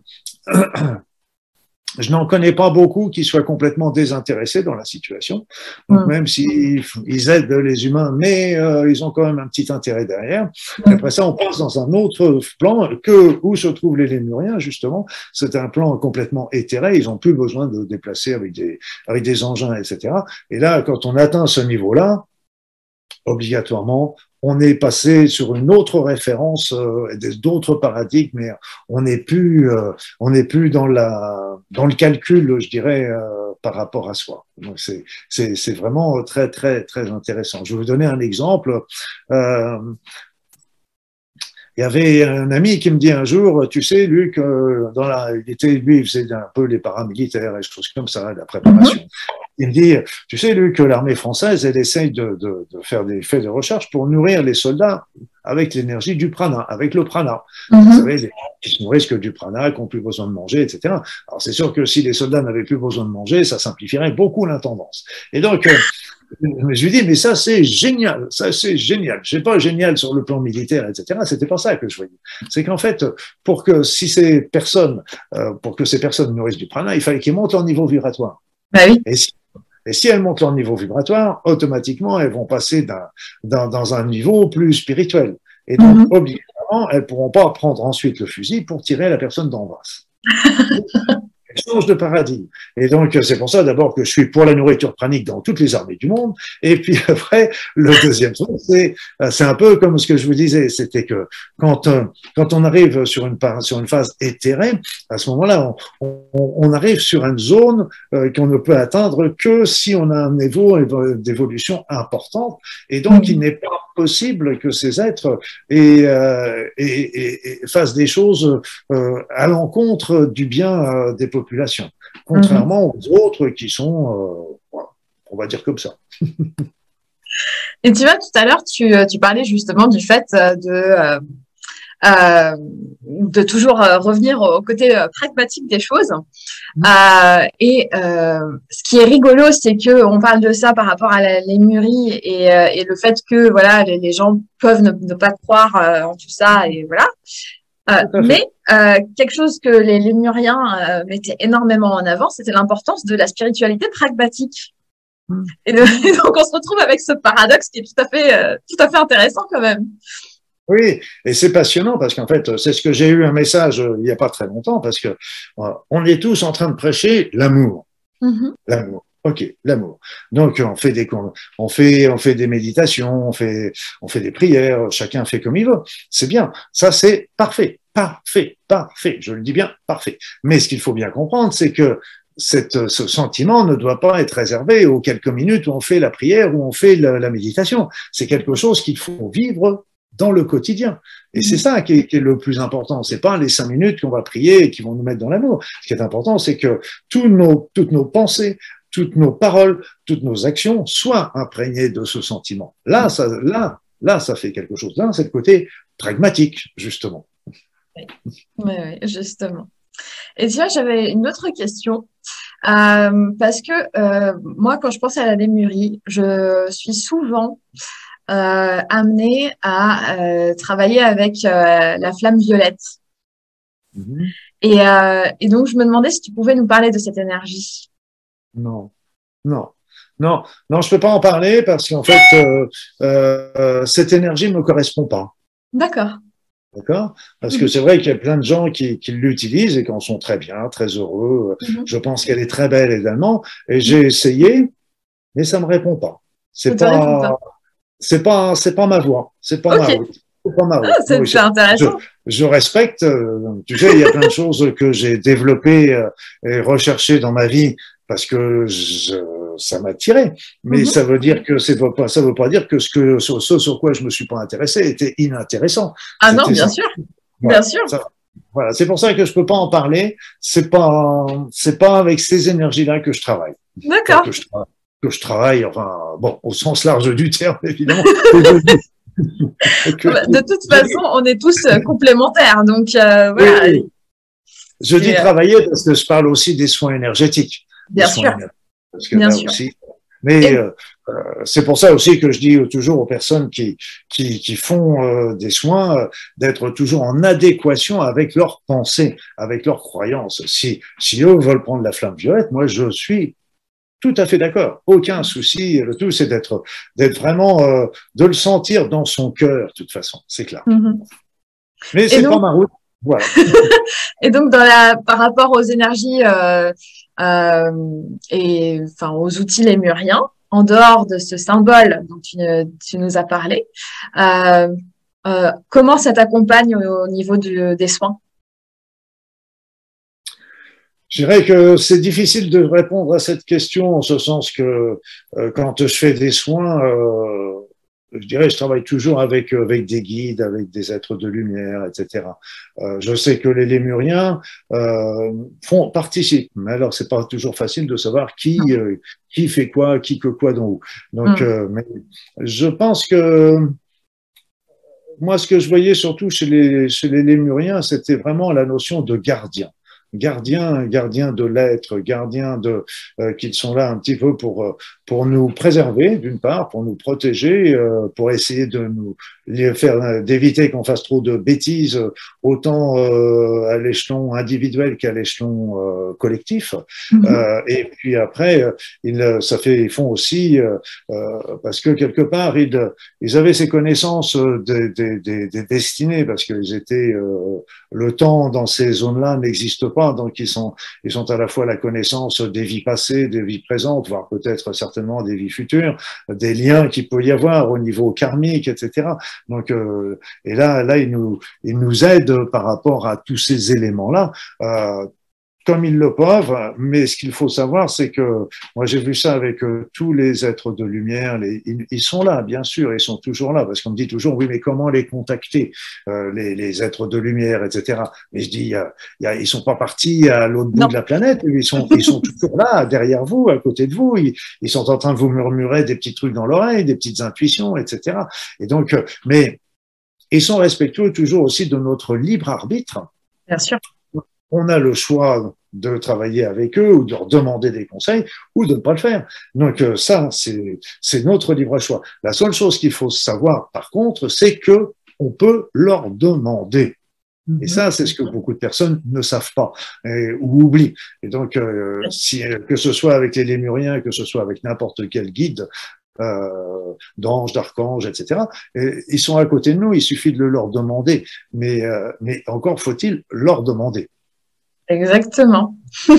je n'en connais pas beaucoup qui soient complètement désintéressés dans la situation. Donc, mmh. même s'ils ils aident les humains, mais euh, ils ont quand même un petit intérêt derrière. Et après ça, on passe dans un autre plan que où se trouvent les Lémuriens, justement. C'est un plan complètement éthéré. Ils n'ont plus besoin de déplacer avec des, avec des engins, et cetera. Et là, quand on atteint ce niveau-là, obligatoirement, on est passé sur une autre référence, euh, d'autres paradigmes, mais on n'est plus, euh, on n'est plus dans la, dans le calcul, je dirais, euh, par rapport à soi. Donc c'est, c'est, c'est vraiment très, très, très intéressant. Je vais vous donner un exemple. Euh, Il y avait un ami qui me dit un jour, tu sais, Luc, euh, dans la, il était, lui, il faisait un peu les paramilitaires et choses comme ça, la préparation. Mm-hmm. Il me dit, tu sais, Luc, l'armée française, elle essaye de, de, de faire des faits de recherche pour nourrir les soldats avec l'énergie du prana, avec le prana. Mm-hmm. Vous savez, les gens qui se nourrissent que du prana, qui n'ont plus besoin de manger, et cetera. Alors c'est sûr que si les soldats n'avaient plus besoin de manger, ça simplifierait beaucoup l'intendance. Et donc, euh, je lui dis, mais ça, c'est génial, ça, c'est génial. Je sais pas génial sur le plan militaire, et cetera. C'était pas ça que je voyais. C'est qu'en fait, pour que si ces personnes, euh, pour que ces personnes nourrissent du prana, il fallait qu'ils montent leur niveau vibratoire. Bah oui. Et si, et si elles montent leur niveau vibratoire, automatiquement, elles vont passer d'un, d'un, dans un niveau plus spirituel. Et donc, mm-hmm. obligatoirement, elles pourront pas prendre ensuite le fusil pour tirer la personne d'en face. Change de paradigme. Et donc, c'est pour ça d'abord que je suis pour la nourriture pranique dans toutes les armées du monde. Et puis après, le deuxième truc, c'est, c'est un peu comme ce que je vous disais, c'était que quand, quand on arrive sur une, sur une phase éthérée, à ce moment-là, on, on, on arrive sur une zone euh, qu'on ne peut atteindre que si on a un niveau d'évolution importante. Et donc, il n'est pas possible que ces êtres aient, euh, aient, aient, aient, fassent des choses euh, à l'encontre du bien euh, des populations, contrairement mmh. aux autres qui sont, euh, on va dire comme ça. Et tu vois, tout à l'heure, tu, tu parlais justement du fait de, euh, euh, de toujours revenir au côté pragmatique des choses. Mmh. Euh, et euh, ce qui est rigolo, c'est que on parle de ça par rapport à la lémurie et, et le fait que voilà, les, les gens peuvent ne, ne pas croire en tout ça et voilà. Euh, mais euh, quelque chose que les Lémuriens euh, mettaient énormément en avant, c'était l'importance de la spiritualité pragmatique. Mm. Et, de, et donc on se retrouve avec ce paradoxe qui est tout à fait, euh, tout à fait intéressant quand même. Oui, et c'est passionnant parce qu'en fait, c'est ce que j'ai eu un message il n'y a pas très longtemps parce que euh, on est tous en train de prêcher l'amour, mm-hmm. l'amour. Ok, l'amour. Donc on fait des on fait on fait des méditations, on fait on fait des prières, chacun fait comme il veut. C'est bien, ça c'est parfait, parfait, parfait. Je le dis bien, parfait. Mais ce qu'il faut bien comprendre, c'est que cette, ce sentiment ne doit pas être réservé aux quelques minutes où on fait la prière ou on fait la, la méditation. C'est quelque chose qu'il faut vivre dans le quotidien. Et c'est ça qui est, qui est le plus important. C'est pas les cinq minutes qu'on va prier et qui vont nous mettre dans l'amour. Ce qui est important, c'est que tous nos, toutes nos pensées, toutes nos paroles, toutes nos actions soient imprégnées de ce sentiment. Là, ça, là, là, ça fait quelque chose. Là, c'est le côté pragmatique, justement. Oui, oui, oui, justement. Et tiens, j'avais une autre question. Euh, parce que euh, moi, quand je pense à la lémurie, je suis souvent euh, amenée à euh, travailler avec euh, la flamme violette. Mm-hmm. Et, euh, et donc, je me demandais si tu pouvais nous parler de cette énergie. Non, non, non, non, je peux pas en parler parce qu'en fait, euh, euh, cette énergie me correspond pas. D'accord. D'accord? Parce que c'est vrai qu'il y a plein de gens qui, qui l'utilisent et qui en sont très bien, très heureux. Mm-hmm. Je pense qu'elle est très belle également. Et j'ai essayé, mais ça me répond pas. C'est pas, c'est pas, c'est pas ma voie. C'est pas okay. ma route. C'est pas ma route. Ah, c'est oui, intéressant. Je, je respecte. Tu sais, il y a plein de choses que j'ai développées et recherchées dans ma vie parce que je, ça m'a attiré. Mais mm-hmm. ça veut dire que c'est pas, ça veut pas dire que ce que, ce, ce sur quoi je me suis pas intéressé était inintéressant. Ah non, bien ça. sûr. Voilà, bien sûr. Ça, voilà. C'est pour ça que je peux pas en parler. C'est pas, c'est pas avec ces énergies-là que je travaille. D'accord. Que je travaille, que je travaille, enfin, bon, au sens large du terme, évidemment. que, de toute façon, on est tous complémentaires. Donc, euh, voilà. Oui, oui. Je dis travailler parce que je parle aussi des soins énergétiques. Bien sûr. Parce que Bien là sûr. aussi, mais euh, c'est pour ça aussi que je dis toujours aux personnes qui qui, qui font euh, des soins euh, d'être toujours en adéquation avec leurs pensées, avec leurs croyances. Si si eux veulent prendre la flamme violette, moi je suis tout à fait d'accord, aucun souci. Le tout c'est d'être d'être vraiment euh, de le sentir dans son cœur. De toute façon, c'est clair. Mm-hmm. Mais c'est pas ma route. Voilà. Et donc dans la par rapport aux énergies euh, euh, et enfin aux outils lémuriens, en dehors de ce symbole dont tu, tu nous as parlé, euh, euh, comment ça t'accompagne au, au niveau du, des soins? Je dirais que c'est difficile de répondre à cette question en ce sens que euh, quand je fais des soins, euh, je dirais, je travaille toujours avec avec des guides, avec des êtres de lumière, et cetera. Euh, je sais que les lémuriens euh, font participent, mais alors c'est pas toujours facile de savoir qui euh, qui fait quoi, qui que quoi dans où. Donc, mmh. euh, mais je pense que moi, ce que je voyais surtout chez les chez les lémuriens, c'était vraiment la notion de gardien. Gardiens, gardiens de l'être, gardiens de euh, qu'ils sont là un petit peu pour pour nous préserver d'une part, pour nous protéger, euh, pour essayer de nous les faire d'éviter qu'on fasse trop de bêtises, autant euh, à l'échelon individuel qu'à l'échelon euh, collectif. Mm-hmm. Euh, et puis après, ils ça fait ils font aussi euh, parce que quelque part ils ils avaient ces connaissances des des des, des destinées parce qu'ils étaient euh, le temps dans ces zones-là n'existe pas. Donc, ils sont, ils sont à la fois la connaissance des vies passées, des vies présentes, voire peut-être certainement des vies futures, des liens qu'il peut y avoir au niveau karmique, et cetera. Donc, euh, et là, là, ils nous, ils nous aident par rapport à tous ces éléments-là. Euh, comme ils le peuvent, mais ce qu'il faut savoir, c'est que moi j'ai vu ça avec euh, tous les êtres de lumière, les, ils, ils sont là, bien sûr, ils sont toujours là, parce qu'on me dit toujours, oui, mais comment les contacter, euh, les, les êtres de lumière, et cetera. Mais je dis, il y a, il y a, ils sont pas partis à l'autre bout de la planète, ils sont, ils sont toujours là, derrière vous, à côté de vous, ils, ils sont en train de vous murmurer des petits trucs dans l'oreille, des petites intuitions, et cetera. Et donc, euh, mais ils sont respectueux toujours aussi de notre libre arbitre. Bien sûr. On a le choix de travailler avec eux ou de leur demander des conseils ou de ne pas le faire. Donc ça, c'est c'est notre libre choix. La seule chose qu'il faut savoir, par contre, c'est que on peut leur demander. Et ça, c'est ce que beaucoup de personnes ne savent pas et, ou oublient. Et donc, euh, si, que ce soit avec les lémuriens, que ce soit avec n'importe quel guide, euh, d'anges, d'archanges, et cetera. Et ils sont à côté de nous, il suffit de le leur demander. Mais, euh, mais encore faut-il leur demander. Exactement,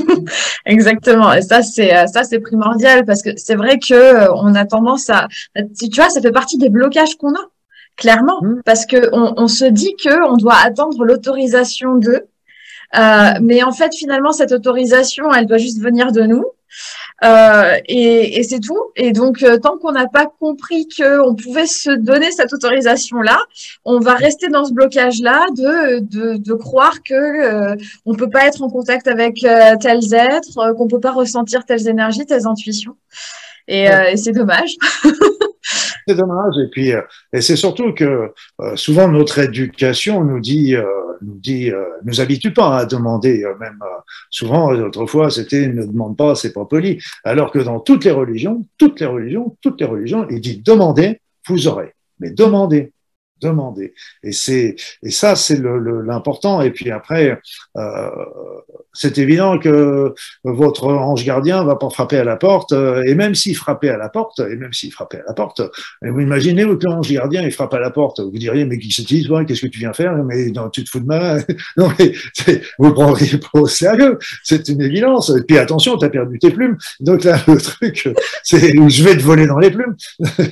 exactement. Et ça, c'est ça, c'est primordial parce que c'est vrai que on a tendance à, tu vois, ça fait partie des blocages qu'on a, clairement, mmh. parce que on, on se dit que on doit attendre l'autorisation d'eux, euh, mais en fait, finalement, cette autorisation, elle doit juste venir de nous. Euh, et, et c'est tout. Et donc, euh, tant qu'on n'a pas compris qu'on pouvait se donner cette autorisation-là, on va rester dans ce blocage-là de, de, de croire que euh, on peut pas être en contact avec euh, tels êtres, euh, qu'on peut pas ressentir telles énergies, telles intuitions. Et, Ouais. euh, et c'est dommage. C'est dommage. Et puis, euh, et c'est surtout que euh, souvent notre éducation nous dit, euh, nous dit, euh, nous habitue pas à demander. Euh, même euh, souvent, autrefois, c'était ne demande pas, c'est pas poli. Alors que dans toutes les religions, toutes les religions, toutes les religions, il dit demandez, vous aurez. Mais demandez, demandez. Et c'est, et ça, c'est le, le, l'important. Et puis après, euh, c'est évident que votre ange gardien va pas frapper à la porte. Et même s'il frappait à la porte, et même s'il frappait à la porte, et vous imaginez que l'ange gardien il frappe à la porte, vous diriez mais qui se dit toi, qu'est-ce que tu viens faire? Mais non, tu te fous de ma, non mais vous le prendriez pas au sérieux. C'est une évidence. Et puis attention, t'as perdu tes plumes. Donc là, le truc, c'est je vais te voler dans les plumes.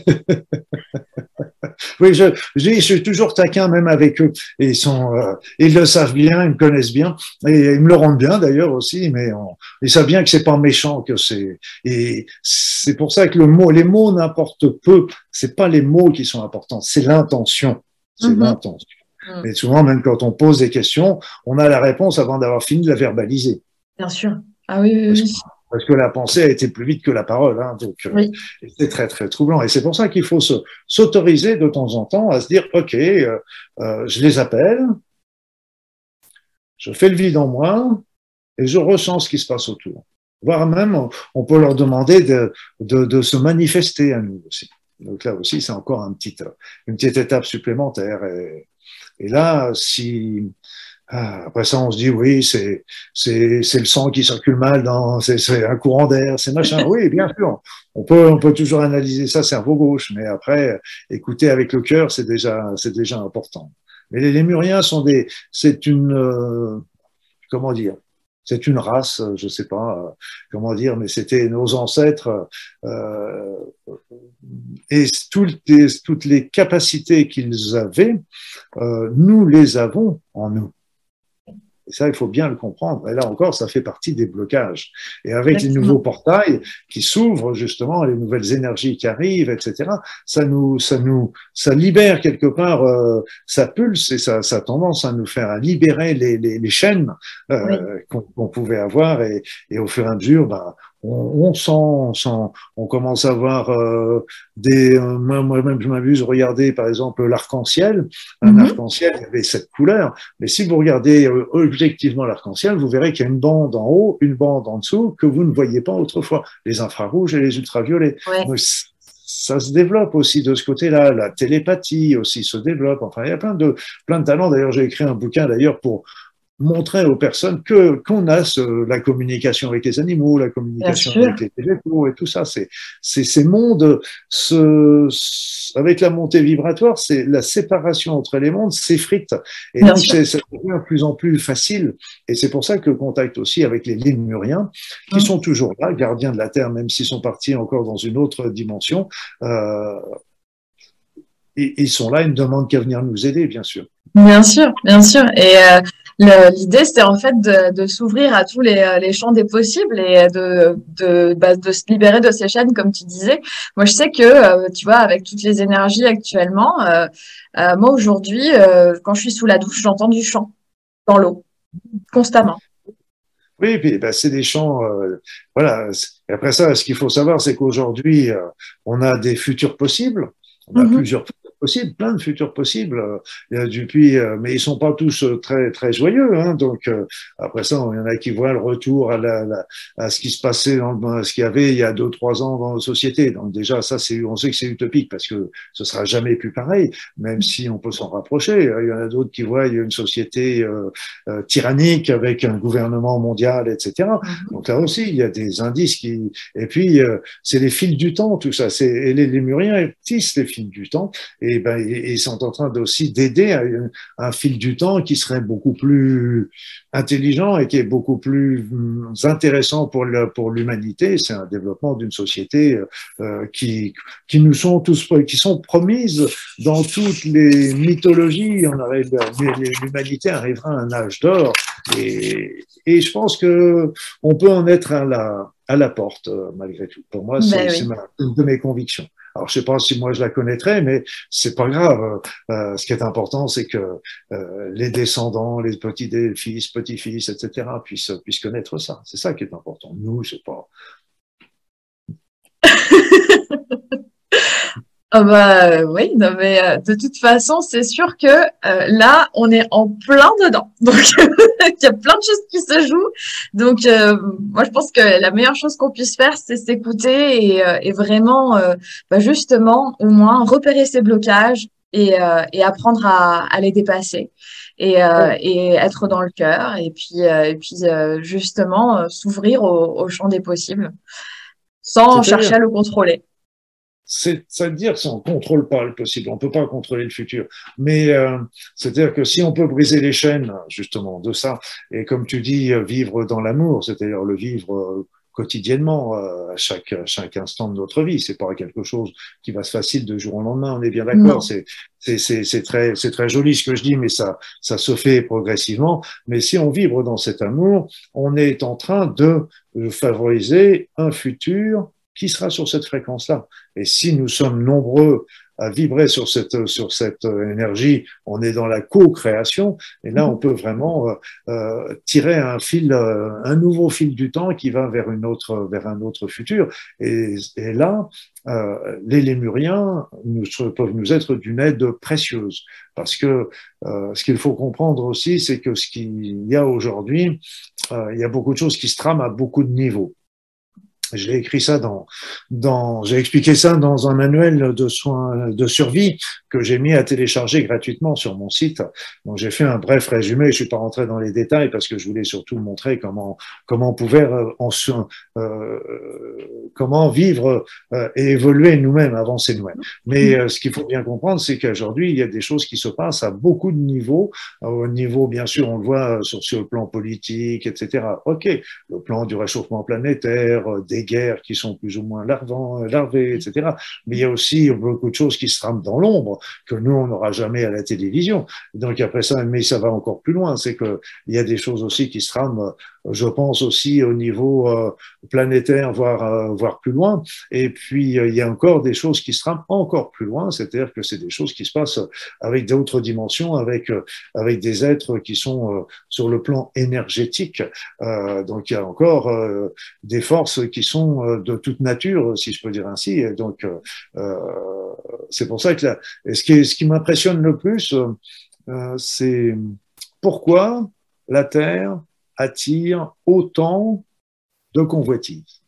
Oui, je, je, je suis toujours taquin même avec eux. Et ils sont, euh, ils le savent bien, ils me connaissent bien, et ils me le rendent bien d'ailleurs aussi. Mais on, ils savent bien que c'est pas méchant, que c'est. Et c'est pour ça que le mot, les mots n'importent peu. C'est pas les mots qui sont importants, c'est l'intention. C'est Mm-hmm. l'intention. Mm. Mais souvent, même quand on pose des questions, on a la réponse avant d'avoir fini de la verbaliser. Bien sûr. Ah oui, oui, Parce oui. que, parce que la pensée a été plus vite que la parole, hein, donc euh, Oui. c'est très très troublant. Et c'est pour ça qu'il faut se, s'autoriser de temps en temps à se dire, ok, euh, euh, je les appelle, je fais le vide en moi et je ressens ce qui se passe autour. Voire même, on, on peut leur demander de, de, de se manifester à nous aussi. Donc là aussi, c'est encore un petit, une petite étape supplémentaire. Et, et là, si Ah, après ça, on se dit oui, c'est c'est c'est le sang qui circule mal dans c'est c'est un courant d'air, c'est machin. Oui, bien sûr. On peut on peut toujours analyser ça cerveau gauche, mais après écouter avec le cœur, c'est déjà c'est déjà important. Mais les Lémuriens sont des c'est une euh, comment dire c'est une race, je sais pas euh, comment dire, mais c'était nos ancêtres euh, et toutes les, toutes les capacités qu'ils avaient, euh, nous les avons en nous. Et ça, il faut bien le comprendre. Et là encore, ça fait partie des blocages. Et avec Exactement. Les nouveaux portails qui s'ouvrent, justement, les nouvelles énergies qui arrivent, et cetera, ça nous, ça nous, ça libère quelque part, euh, ça pulse et ça, ça a tendance à nous faire libérer les, les, les chaînes euh, oui. qu'on, qu'on pouvait avoir. Et, et au fur et à mesure, bah, on, on sent, on sent, on commence à voir euh, des. Euh, moi-même, je m'amuse. Regardez, par exemple, l'arc-en-ciel. Un mm-hmm. arc-en-ciel, il y avait cette couleur. Mais si vous regardez euh, objectivement l'arc-en-ciel, vous verrez qu'il y a une bande en haut, une bande en dessous que vous ne voyiez pas autrefois. Les infrarouges et les ultraviolets. Ouais. Donc, ça se développe aussi de ce côté-là. La télépathie aussi se développe. Enfin, il y a plein de plein de talents. D'ailleurs, j'ai écrit un bouquin d'ailleurs pour montrer aux personnes que qu'on a ce, la communication avec les animaux, la communication avec les végétaux et tout ça. C'est c'est ces mondes, ce, avec la montée vibratoire, c'est la séparation entre les mondes s'effrite. Et Bien donc c'est ça devient de plus en plus facile. Et c'est pour ça que le contact aussi avec les Lémuriens, qui mmh. sont toujours là, gardiens de la Terre, même s'ils sont partis encore dans une autre dimension. Euh, ils sont là, ils ne demandent qu'à venir nous aider, bien sûr. Bien sûr, bien sûr. Et euh, l'idée, c'était en fait de, de s'ouvrir à tous les, les champs des possibles et de, de, bah, de se libérer de ces chaînes, comme tu disais. Moi, je sais que, euh, tu vois, avec toutes les énergies actuellement, euh, euh, moi, aujourd'hui, euh, quand je suis sous la douche, j'entends du chant dans l'eau, constamment. Oui, puis ben, c'est des chants. Euh, voilà. Et après ça, ce qu'il faut savoir, c'est qu'aujourd'hui, euh, on a des futurs possibles. On a mm-hmm. plusieurs futurs possibles, plein de futurs possibles. Il y a depuis, euh, mais ils sont pas tous très très joyeux. Hein, donc euh, après ça, il y en a qui voient le retour à, la, la, à ce qui se passait, dans, dans ce qu'il y avait il y a deux trois ans dans la société. Donc déjà, ça, c'est, on sait que c'est utopique parce que ce sera jamais plus pareil, même si on peut s'en rapprocher. Il y en a d'autres qui voient une société euh, euh, tyrannique avec un gouvernement mondial, et cetera. Mm-hmm. Donc là aussi, il y a des indices qui. Et puis, euh, c'est les fils du temps, tout ça. C'est et les Lémuriens tissent les fils du temps. Et ben, ils sont en train aussi d'aider à un fil du temps qui serait beaucoup plus intelligent et qui est beaucoup plus intéressant pour le, pour l'humanité. C'est un développement d'une société euh, qui qui nous sont tous qui sont promises dans toutes les mythologies. On arrive, l'humanité arrivera à un âge d'or et et je pense que on peut en être à la à la porte, euh, malgré tout. Pour moi, c'est Ben oui. une de mes convictions. Alors, je sais pas si moi je la connaîtrais, mais c'est pas grave. Euh, ce qui est important, c'est que euh, les descendants, les petits fils, petits-fils, et cetera, puissent, puissent connaître ça. C'est ça qui est important. Nous, je sais pas. Ah bah euh, oui, non, mais euh, de toute façon, c'est sûr que euh, là, on est en plein dedans. Donc, il y a plein de choses qui se jouent. Donc, euh, moi, je pense que la meilleure chose qu'on puisse faire, c'est s'écouter et, euh, et vraiment, euh, bah, justement, au moins, repérer ses blocages et, euh, et apprendre à, à les dépasser et, euh, Ouais, et être dans le cœur et puis, euh, et puis euh, justement, euh, s'ouvrir au, au champ des possibles sans chercher c'est-à-dire, à le contrôler. c'est-à-dire que ça, on ne contrôle pas le possible, on ne peut pas contrôler le futur. Mais euh, c'est-à-dire que si on peut briser les chaînes, justement, de ça, et comme tu dis, vivre dans l'amour, c'est-à-dire le vivre euh, quotidiennement, euh, à chaque, à chaque instant de notre vie, c'est pas quelque chose qui va se facile de jour au lendemain, on est bien d'accord. Non. C'est, c'est, c'est, c'est très, c'est très joli ce que je dis, mais ça, ça se fait progressivement. Mais si on vibre dans cet amour, on est en train de favoriser un futur qui sera sur cette fréquence-là. Et si nous sommes nombreux à vibrer sur cette, sur cette énergie, on est dans la co-création, et là, on peut vraiment euh, tirer un fil, euh, un nouveau fil du temps qui va vers une autre, vers un autre futur. Et, et là, euh, les Lémuriens nous, peuvent nous être d'une aide précieuse, parce que euh, ce qu'il faut comprendre aussi, c'est que ce qu'il y a aujourd'hui, euh, il y a beaucoup de choses qui se trament à beaucoup de niveaux. J'ai écrit ça dans, dans, j'ai expliqué ça dans un manuel de soins de survie que j'ai mis à télécharger gratuitement sur mon site. Donc j'ai fait un bref résumé. Je suis pas rentré dans les détails parce que je voulais surtout montrer comment comment on pouvait euh, en, euh, comment vivre euh, et évoluer nous-mêmes, avancer nous-mêmes. Mais euh, ce qu'il faut bien comprendre, c'est qu'aujourd'hui il y a des choses qui se passent à beaucoup de niveaux. Au niveau, bien sûr, on le voit sur, sur le plan politique, et cetera. Ok, le plan du réchauffement planétaire, des guerres qui sont plus ou moins larvant, larvées, et cetera. Mais il y a aussi beaucoup de choses qui se trament dans l'ombre, que nous, on n'aura jamais à la télévision. Donc après ça, mais ça va encore plus loin, c'est que il y a des choses aussi qui se trament, je pense aussi au niveau euh, planétaire, voire, euh, voire plus loin. Et puis, euh, il y a encore des choses qui se trament encore plus loin, c'est-à-dire que c'est des choses qui se passent avec d'autres dimensions, avec, euh, avec des êtres qui sont euh, sur le plan énergétique. Euh, donc, il y a encore euh, des forces qui sont euh, de toute nature, si je peux dire ainsi. Et donc, euh, c'est pour ça que là, et ce qui, ce qui m'impressionne le plus, euh, c'est pourquoi la Terre attire autant de convoitises.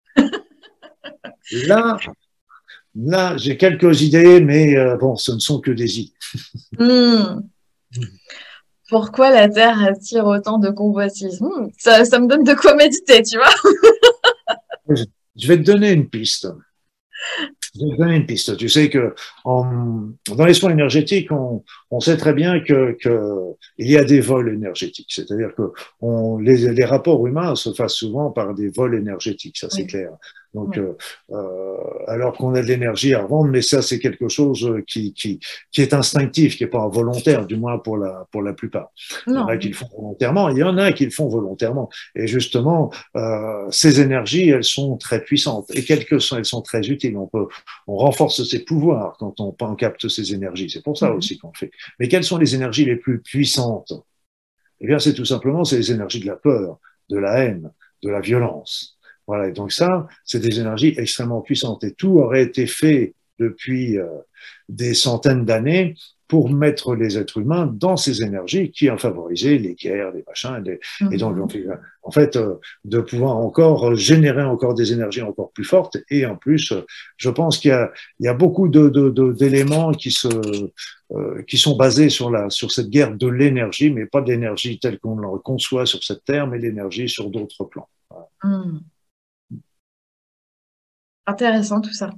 Là, là, j'ai quelques idées, mais euh, bon, ce ne sont que des idées. Hmm. Pourquoi la Terre attire autant de convoitises? Hmm, ça, ça me donne de quoi méditer, tu vois. Je vais te donner une piste. Je vais te donner une piste. Tu sais que en, dans les soins énergétiques, on, on sait très bien que, que il y a des vols énergétiques. C'est-à-dire que on, les, les rapports humains se fassent souvent par des vols énergétiques, ça c'est Oui, clair. Donc, oui. euh, euh, alors qu'on a de l'énergie à revendre, mais ça c'est quelque chose qui, qui, qui est instinctif, qui n'est pas volontaire, du moins pour la, pour la plupart. Il y en a qui Non. le font volontairement, il y en a qui le font volontairement. Et justement, euh, ces énergies, elles sont très puissantes. Et quelles que sont, elles sont très utiles. On peut, on renforce ses pouvoirs quand on, on capte ces énergies. C'est pour ça Mhm. aussi qu'on le fait. Mais quelles sont les énergies les plus puissantes? Eh bien, c'est tout simplement, c'est les énergies de la peur, de la haine, de la violence. Voilà. Et donc ça, c'est des énergies extrêmement puissantes. Et tout aurait été fait depuis euh, des centaines d'années pour mettre les êtres humains dans ces énergies qui ont favorisé les guerres, les machins. Les... Et donc, Mhm. en fait, euh, de pouvoir encore générer encore des énergies encore plus fortes. Et en plus, euh, je pense qu'il y a, il y a beaucoup de, de, de, d'éléments qui se, euh, qui sont basés sur la, sur cette guerre de l'énergie, mais pas de l'énergie telle qu'on la conçoit sur cette terre, mais l'énergie sur d'autres plans. Voilà. Hmm. Intéressant tout ça.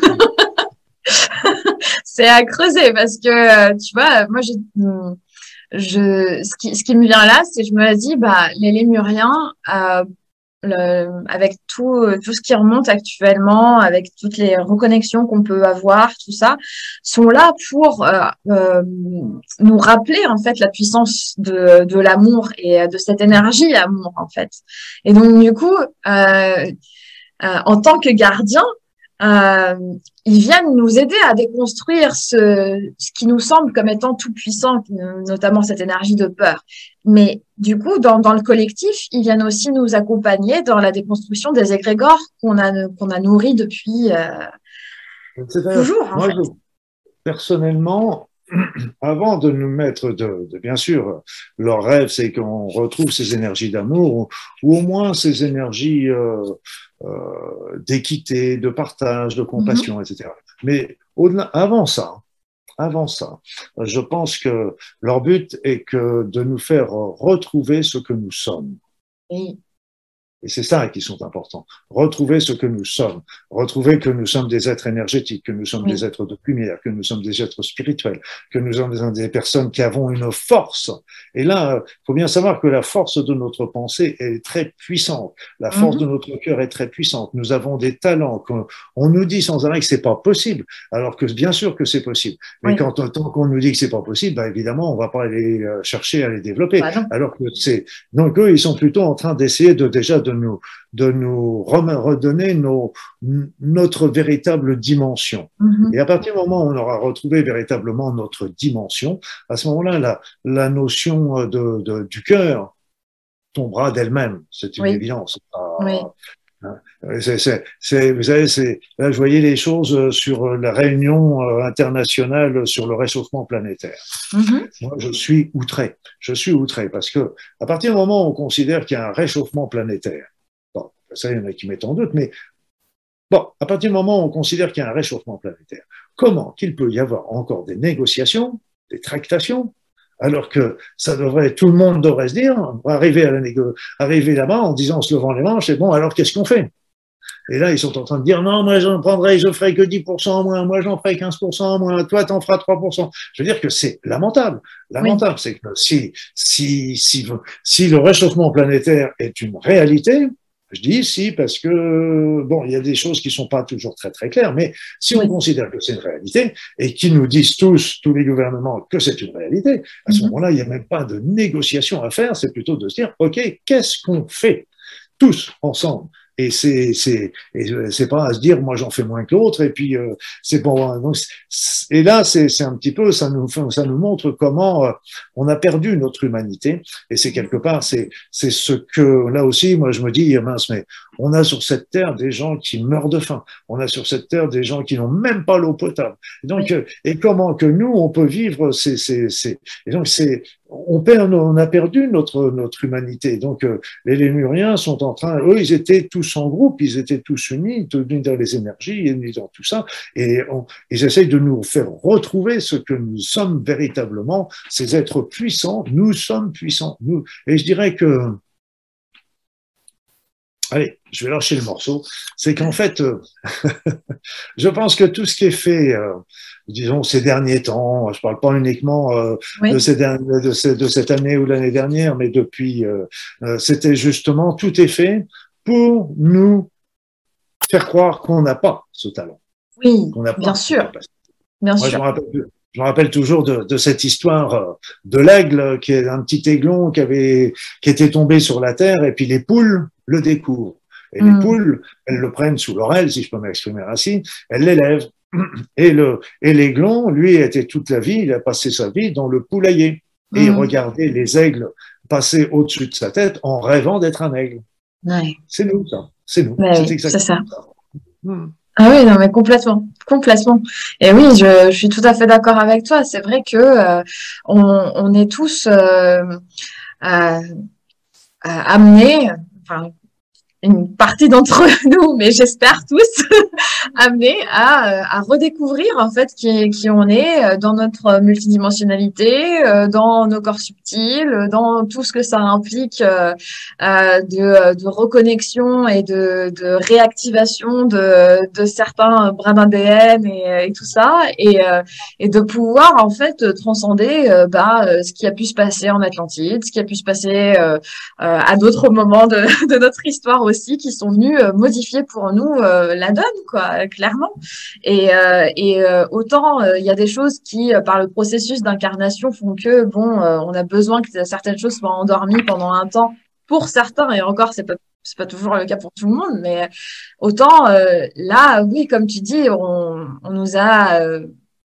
C'est à creuser parce que, euh, tu vois, moi, j'ai, hmm, je, ce qui, ce qui me vient là, c'est je me dis, bah, les Lémuriens, euh, le, avec tout, tout ce qui remonte actuellement, avec toutes les reconnexions qu'on peut avoir, tout ça, sont là pour euh, euh, nous rappeler en fait la puissance de, de l'amour et de cette énergie amour en fait. Et donc du coup, euh, euh, en tant que gardien, euh, ils viennent nous aider à déconstruire ce, ce qui nous semble comme étant tout puissant, notamment cette énergie de peur. Mais du coup, dans, dans le collectif, ils viennent aussi nous accompagner dans la déconstruction des égrégores qu'on a, qu'on a nourris depuis euh, toujours, en moi, fait. je, personnellement, avant de nous mettre de, de bien sûr, leur rêve, c'est qu'on retrouve ces énergies d'amour ou, ou au moins ces énergies euh, euh, d'équité, de partage, de compassion, mm-hmm. et cetera. Mais au-delà, avant ça, avant ça, je pense que leur but est que de nous faire retrouver ce que nous sommes. Oui. Et c'est ça qui sont importants. Retrouver ce que nous sommes. Retrouver que nous sommes des êtres énergétiques, que nous sommes oui. des êtres de lumière, que nous sommes des êtres spirituels, que nous sommes des personnes qui avons une force. Et là, il faut bien savoir que la force de notre pensée est très puissante. La force mm-hmm. de notre cœur est très puissante. Nous avons des talents. On nous dit sans arrêt que c'est pas possible. Alors que bien sûr que c'est possible. Mais oui. quand tant qu'on nous dit que c'est pas possible, ben évidemment, on va pas aller chercher à les développer. Bah alors que c'est, donc eux, ils sont plutôt en train d'essayer de déjà de nous, de nous redonner nos, notre véritable dimension. Mm-hmm. Et à partir du moment où on aura retrouvé véritablement notre dimension, à ce moment-là, la, la notion de, de, du cœur tombera d'elle-même. C'est une oui. évidence. Oui. C'est, c'est, c'est, vous savez, c'est, là, je voyais les choses sur la réunion internationale sur le réchauffement planétaire. Mm-hmm. Moi, je suis outré. Je suis outré parce que, à partir du moment où on considère qu'il y a un réchauffement planétaire, bon, ça, il y en a qui mettent en doute, mais bon, à partir du moment où on considère qu'il y a un réchauffement planétaire, comment qu'il peut y avoir encore des négociations, des tractations, alors que ça devrait, tout le monde devrait se dire, arriver à la négo, arriver là-bas en disant, en se levant les manches, et bon, alors qu'est-ce qu'on fait? Et là, ils sont en train de dire, non, moi, j'en prendrai, je ferai que dix pour cent en moins, moi, j'en ferai quinze pour cent en moins, toi, t'en feras trois pour cent. Je veux dire que c'est lamentable. Lamentable, oui. C'est que si, si, si, si le réchauffement planétaire est une réalité, je dis si parce que, bon, il y a des choses qui sont pas toujours très, très claires, mais si on oui. considère que c'est une réalité et qu'ils nous disent tous, tous les gouvernements, que c'est une réalité, à ce mm-hmm. moment-là, il n'y a même pas de négociation à faire, c'est plutôt de se dire, OK, qu'est-ce qu'on fait tous ensemble? Et c'est c'est c'est pas à se dire moi j'en fais moins que l'autre et puis euh, c'est bon donc et là c'est c'est un petit peu ça nous ça nous montre comment euh, on a perdu notre humanité et c'est quelque part c'est c'est ce que là aussi moi je me dis mince mais on a sur cette terre des gens qui meurent de faim, on a sur cette terre des gens qui n'ont même pas l'eau potable et donc euh, et comment que nous on peut vivre c'est c'est c'est et donc c'est on perd on a perdu notre notre humanité donc euh, les Lémuriens sont en train eux ils étaient tous en groupe, ils étaient tous unis, unis dans les énergies, unis dans tout ça, et on, ils essayent de nous faire retrouver ce que nous sommes véritablement, ces êtres puissants, nous sommes puissants, nous. Et je dirais que, allez, je vais lâcher le morceau, c'est qu'en fait, euh, je pense que tout ce qui est fait, euh, disons, ces derniers temps, je parle pas uniquement euh, oui. de, ces derniers, de, ces, de cette année ou l'année dernière, mais depuis, euh, euh, c'était justement, tout est fait pour nous faire croire qu'on n'a pas ce talent. Oui, bien sûr. Bien Moi, sûr. Je me rappelle, je me rappelle toujours de, de cette histoire de l'aigle, qui est un petit aiglon qui avait, qui était tombé sur la terre, et puis les poules le découvrent. Et mm. les poules, elles le prennent sous l'oreille, si je peux m'exprimer ainsi, elles l'élèvent. Et le, et l'aiglon, lui, était toute la vie, il a passé sa vie dans le poulailler. Et mm. il regardait les aigles passer au-dessus de sa tête en rêvant d'être un aigle. Ouais. C'est nous, ça. C'est nous. Ouais, c'est exactement ça. ça. Hmm. Ah oui, non, mais complètement, complètement. Et oui, je, je suis tout à fait d'accord avec toi. C'est vrai que euh, on, on est tous euh, euh, amenés, enfin, une partie d'entre nous, mais j'espère tous, amenés à, à redécouvrir en fait qui, qui on est dans notre multidimensionnalité, dans nos corps subtils, dans tout ce que ça implique euh, de, de reconnexion et de, de réactivation de, de certains brins d'A D N et, et tout ça, et, et de pouvoir en fait transcender euh, bah, ce qui a pu se passer en Atlantide, ce qui a pu se passer euh, euh, à d'autres moments de, de notre histoire aussi qui sont venus euh, modifier pour nous euh, la donne, quoi, clairement. Et, euh, et euh, autant euh, il y a des choses qui, euh, par le processus d'incarnation, font que bon, euh, on a besoin que certaines choses soient endormies pendant un temps pour certains, et encore, c'est pas c'est pas toujours le cas pour tout le monde, mais autant euh, là, oui, comme tu dis, on, on nous a euh,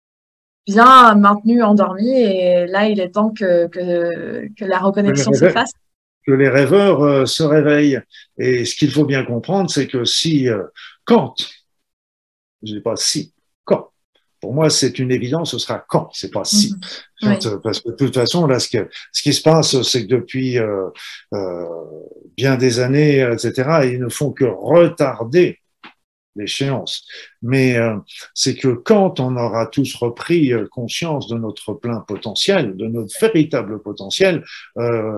bien maintenus endormis, et là, il est temps que que, que la reconnexion se fasse. Que les rêveurs euh, se réveillent. Et ce qu'il faut bien comprendre, c'est que si, euh, quand, je ne dis pas si, quand, pour moi, c'est une évidence, ce sera quand, c'est pas si. Mmh. Quand, Oui. euh, parce que de toute façon, là, ce, que, ce qui se passe, c'est que depuis euh, euh, bien des années, et cetera, ils ne font que retarder l'échéance. Mais euh, c'est que quand on aura tous repris euh, conscience de notre plein potentiel, de notre véritable potentiel, euh,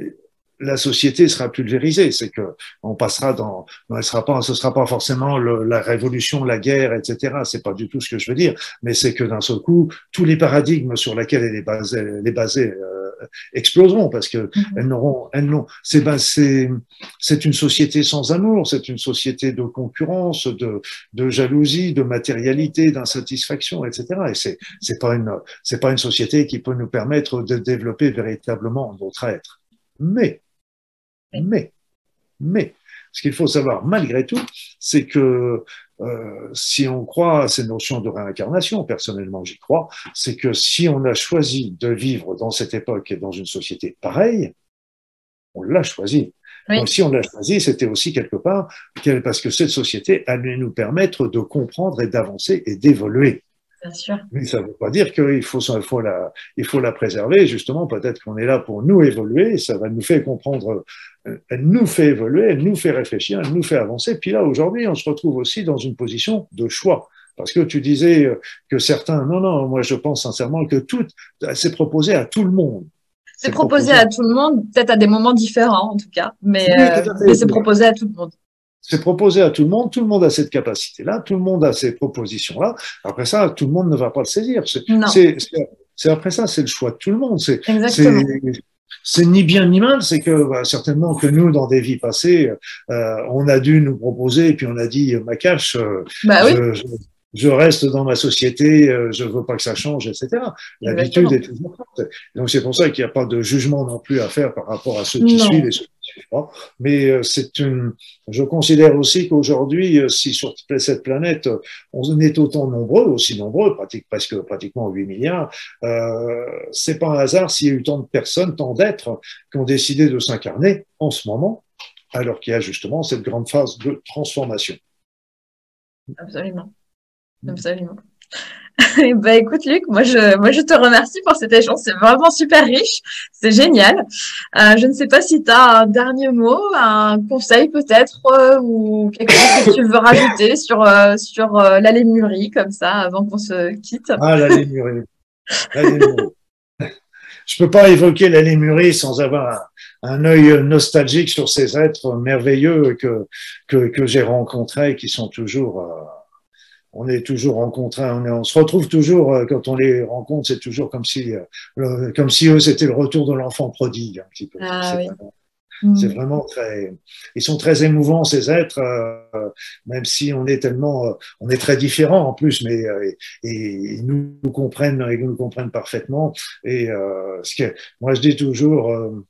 la société sera pulvérisée. C'est que on passera dans, elle sera pas, ce sera pas forcément le, la révolution, la guerre, et cetera. C'est pas du tout ce que je veux dire, mais c'est que d'un seul coup, tous les paradigmes sur lesquels elle est basée, elle est basée euh, exploseront parce que mm-hmm. elles n'auront, elles n'ont. C'est ben, c'est c'est une société sans amour, c'est une société de concurrence, de de jalousie, de matérialité, d'insatisfaction, et cetera. Et c'est c'est pas une c'est pas une société qui peut nous permettre de développer véritablement notre être. Mais Mais, mais, ce qu'il faut savoir malgré tout, c'est que euh, si on croit à ces notions de réincarnation, personnellement j'y crois, c'est que si on a choisi de vivre dans cette époque et dans une société pareille, on l'a choisi. Oui. Donc, si on l'a choisi, c'était aussi quelque part parce que cette société allait nous permettre de comprendre et d'avancer et d'évoluer. Bien sûr. Mais ça ne veut pas dire qu'il faut, il faut, la, il faut la préserver. Justement, peut-être qu'on est là pour nous évoluer. Ça va nous faire comprendre. Elle nous fait évoluer, elle nous fait réfléchir, elle nous fait avancer. Puis là, aujourd'hui, on se retrouve aussi dans une position de choix. Parce que tu disais que certains, non, non, moi je pense sincèrement que tout, c'est proposé à tout le monde. C'est proposé, proposé à tout le monde, peut-être à des moments différents en tout cas, mais, oui, euh, mais c'est proposé à tout le monde. C'est proposé à tout le monde, tout le monde a cette capacité-là, tout le monde a ces propositions-là. Après ça, tout le monde ne va pas le saisir. C'est après ça, c'est le choix de tout le monde. C'est ni bien ni mal, c'est que bah, certainement que nous, dans des vies passées, euh, on a dû nous proposer, et puis on a dit, Macache, euh, bah, oui. je, je, je reste dans ma société, euh, je veux pas que ça change, et cetera. L'habitude est toujours forte. Donc c'est pour ça qu'il n'y a pas de jugement non plus à faire par rapport à ceux qui non. suivent et ceux mais c'est une. Je considère aussi qu'aujourd'hui, si sur cette planète on est autant nombreux, aussi nombreux, pratique, presque pratiquement huit milliards, euh, c'est pas un hasard s'il y a eu tant de personnes, tant d'êtres qui ont décidé de s'incarner en ce moment, alors qu'il y a justement cette grande phase de transformation. Absolument, absolument. Bah écoute Luc, moi je moi je te remercie pour cet échange, c'est vraiment super riche, c'est génial. Euh, je ne sais pas si tu as un dernier mot, un conseil peut-être euh, ou quelque chose que tu veux rajouter sur euh, sur euh, la lémurie comme ça avant qu'on se quitte. Ah la lémurie, la lémurie. Je peux pas évoquer la lémurie sans avoir un, un œil nostalgique sur ces êtres merveilleux que que que j'ai rencontrés, qui sont toujours euh, on est toujours rencontrés, on, est, on se retrouve toujours, quand on les rencontre, c'est toujours comme si, euh, comme si eux, c'était le retour de l'enfant prodigue, un petit peu. Ah, c'est oui. vraiment, mmh. vraiment très, ils sont très émouvants, ces êtres, euh, même si on est tellement, euh, on est très différents en plus, mais, euh, et, et ils nous, nous comprennent, ils nous comprennent parfaitement. Et, euh, ce que, moi, je dis toujours, euh,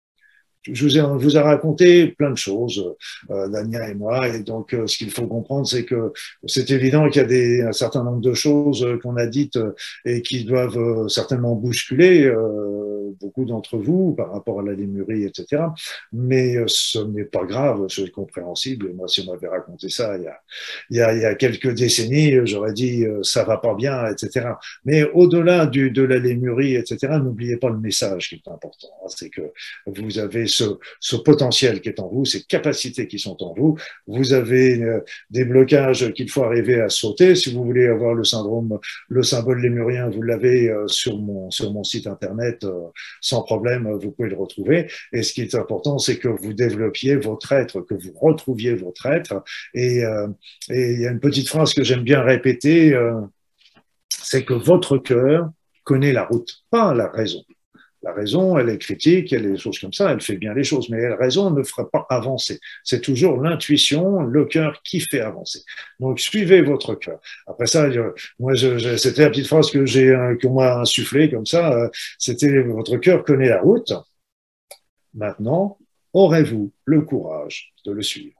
je vous ai, on vous a raconté plein de choses, euh, Dania et moi, et donc euh, ce qu'il faut comprendre, c'est que c'est évident qu'il y a des, un certain nombre de choses qu'on a dites euh, et qui doivent euh, certainement bousculer euh, beaucoup d'entre vous par rapport à la lémurie, et cetera. Mais euh, ce n'est pas grave, c'est compréhensible. Et moi, si on m'avait raconté ça il y a, il y a, il y a quelques décennies, j'aurais dit euh, ça va pas bien, et cetera. Mais au-delà du, de la lémurie, et cetera, n'oubliez pas le message qui est important. C'est que vous avez Ce, ce potentiel qui est en vous, ces capacités qui sont en vous. Vous avez euh, des blocages qu'il faut arriver à sauter. Si vous voulez avoir le syndrome, le symbole lémurien, vous l'avez euh, sur mon sur mon site internet euh, sans problème. Vous pouvez le retrouver. Et ce qui est important, c'est que vous développiez votre être, que vous retrouviez votre être. Et, euh, et il y a une petite phrase que j'aime bien répéter, euh, c'est que votre cœur connaît la route, pas la raison. La raison, elle est critique, elle est des choses comme ça, elle fait bien les choses, mais la raison ne fera pas avancer. C'est toujours l'intuition, le cœur qui fait avancer. Donc, suivez votre cœur. Après ça, je, moi, je, je, c'était la petite phrase que j'ai, qu'on m'a insufflée comme ça. Euh, c'était votre cœur connaît la route. Maintenant, aurez-vous le courage de le suivre?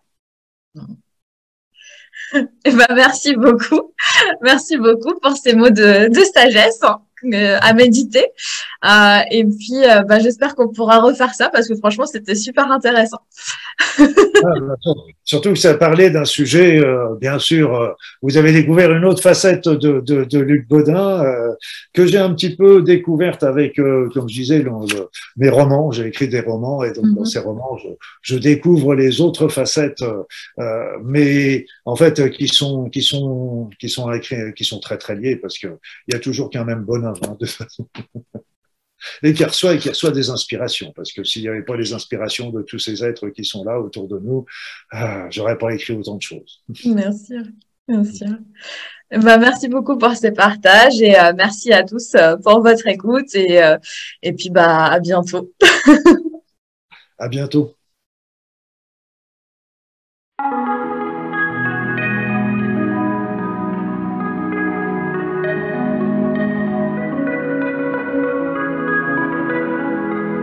Eh ben, merci beaucoup. Merci beaucoup pour ces mots de, de sagesse. Euh, à méditer euh, et puis euh, bah, j'espère qu'on pourra refaire ça parce que franchement c'était super intéressant. Ah, surtout que ça parlait d'un sujet, euh, bien sûr, euh, vous avez découvert une autre facette de, de, de Luc Bodin euh, que j'ai un petit peu découverte avec, euh, comme je disais, le, le, mes romans. J'ai écrit des romans et donc mm-hmm. dans ces romans, je, je découvre les autres facettes, euh, mais en fait qui sont qui sont qui sont écrits, qui sont très très liés parce que il y a toujours qu'un même bonhomme hein, de façon. Et qui reçoit, et qui reçoit des inspirations, parce que s'il n'y avait pas les inspirations de tous ces êtres qui sont là autour de nous, ah, j'aurais pas écrit autant de choses. Bien sûr, bien sûr. Bah, merci beaucoup pour ces partages et euh, merci à tous euh, pour votre écoute et, euh, et puis bah, à bientôt. À bientôt.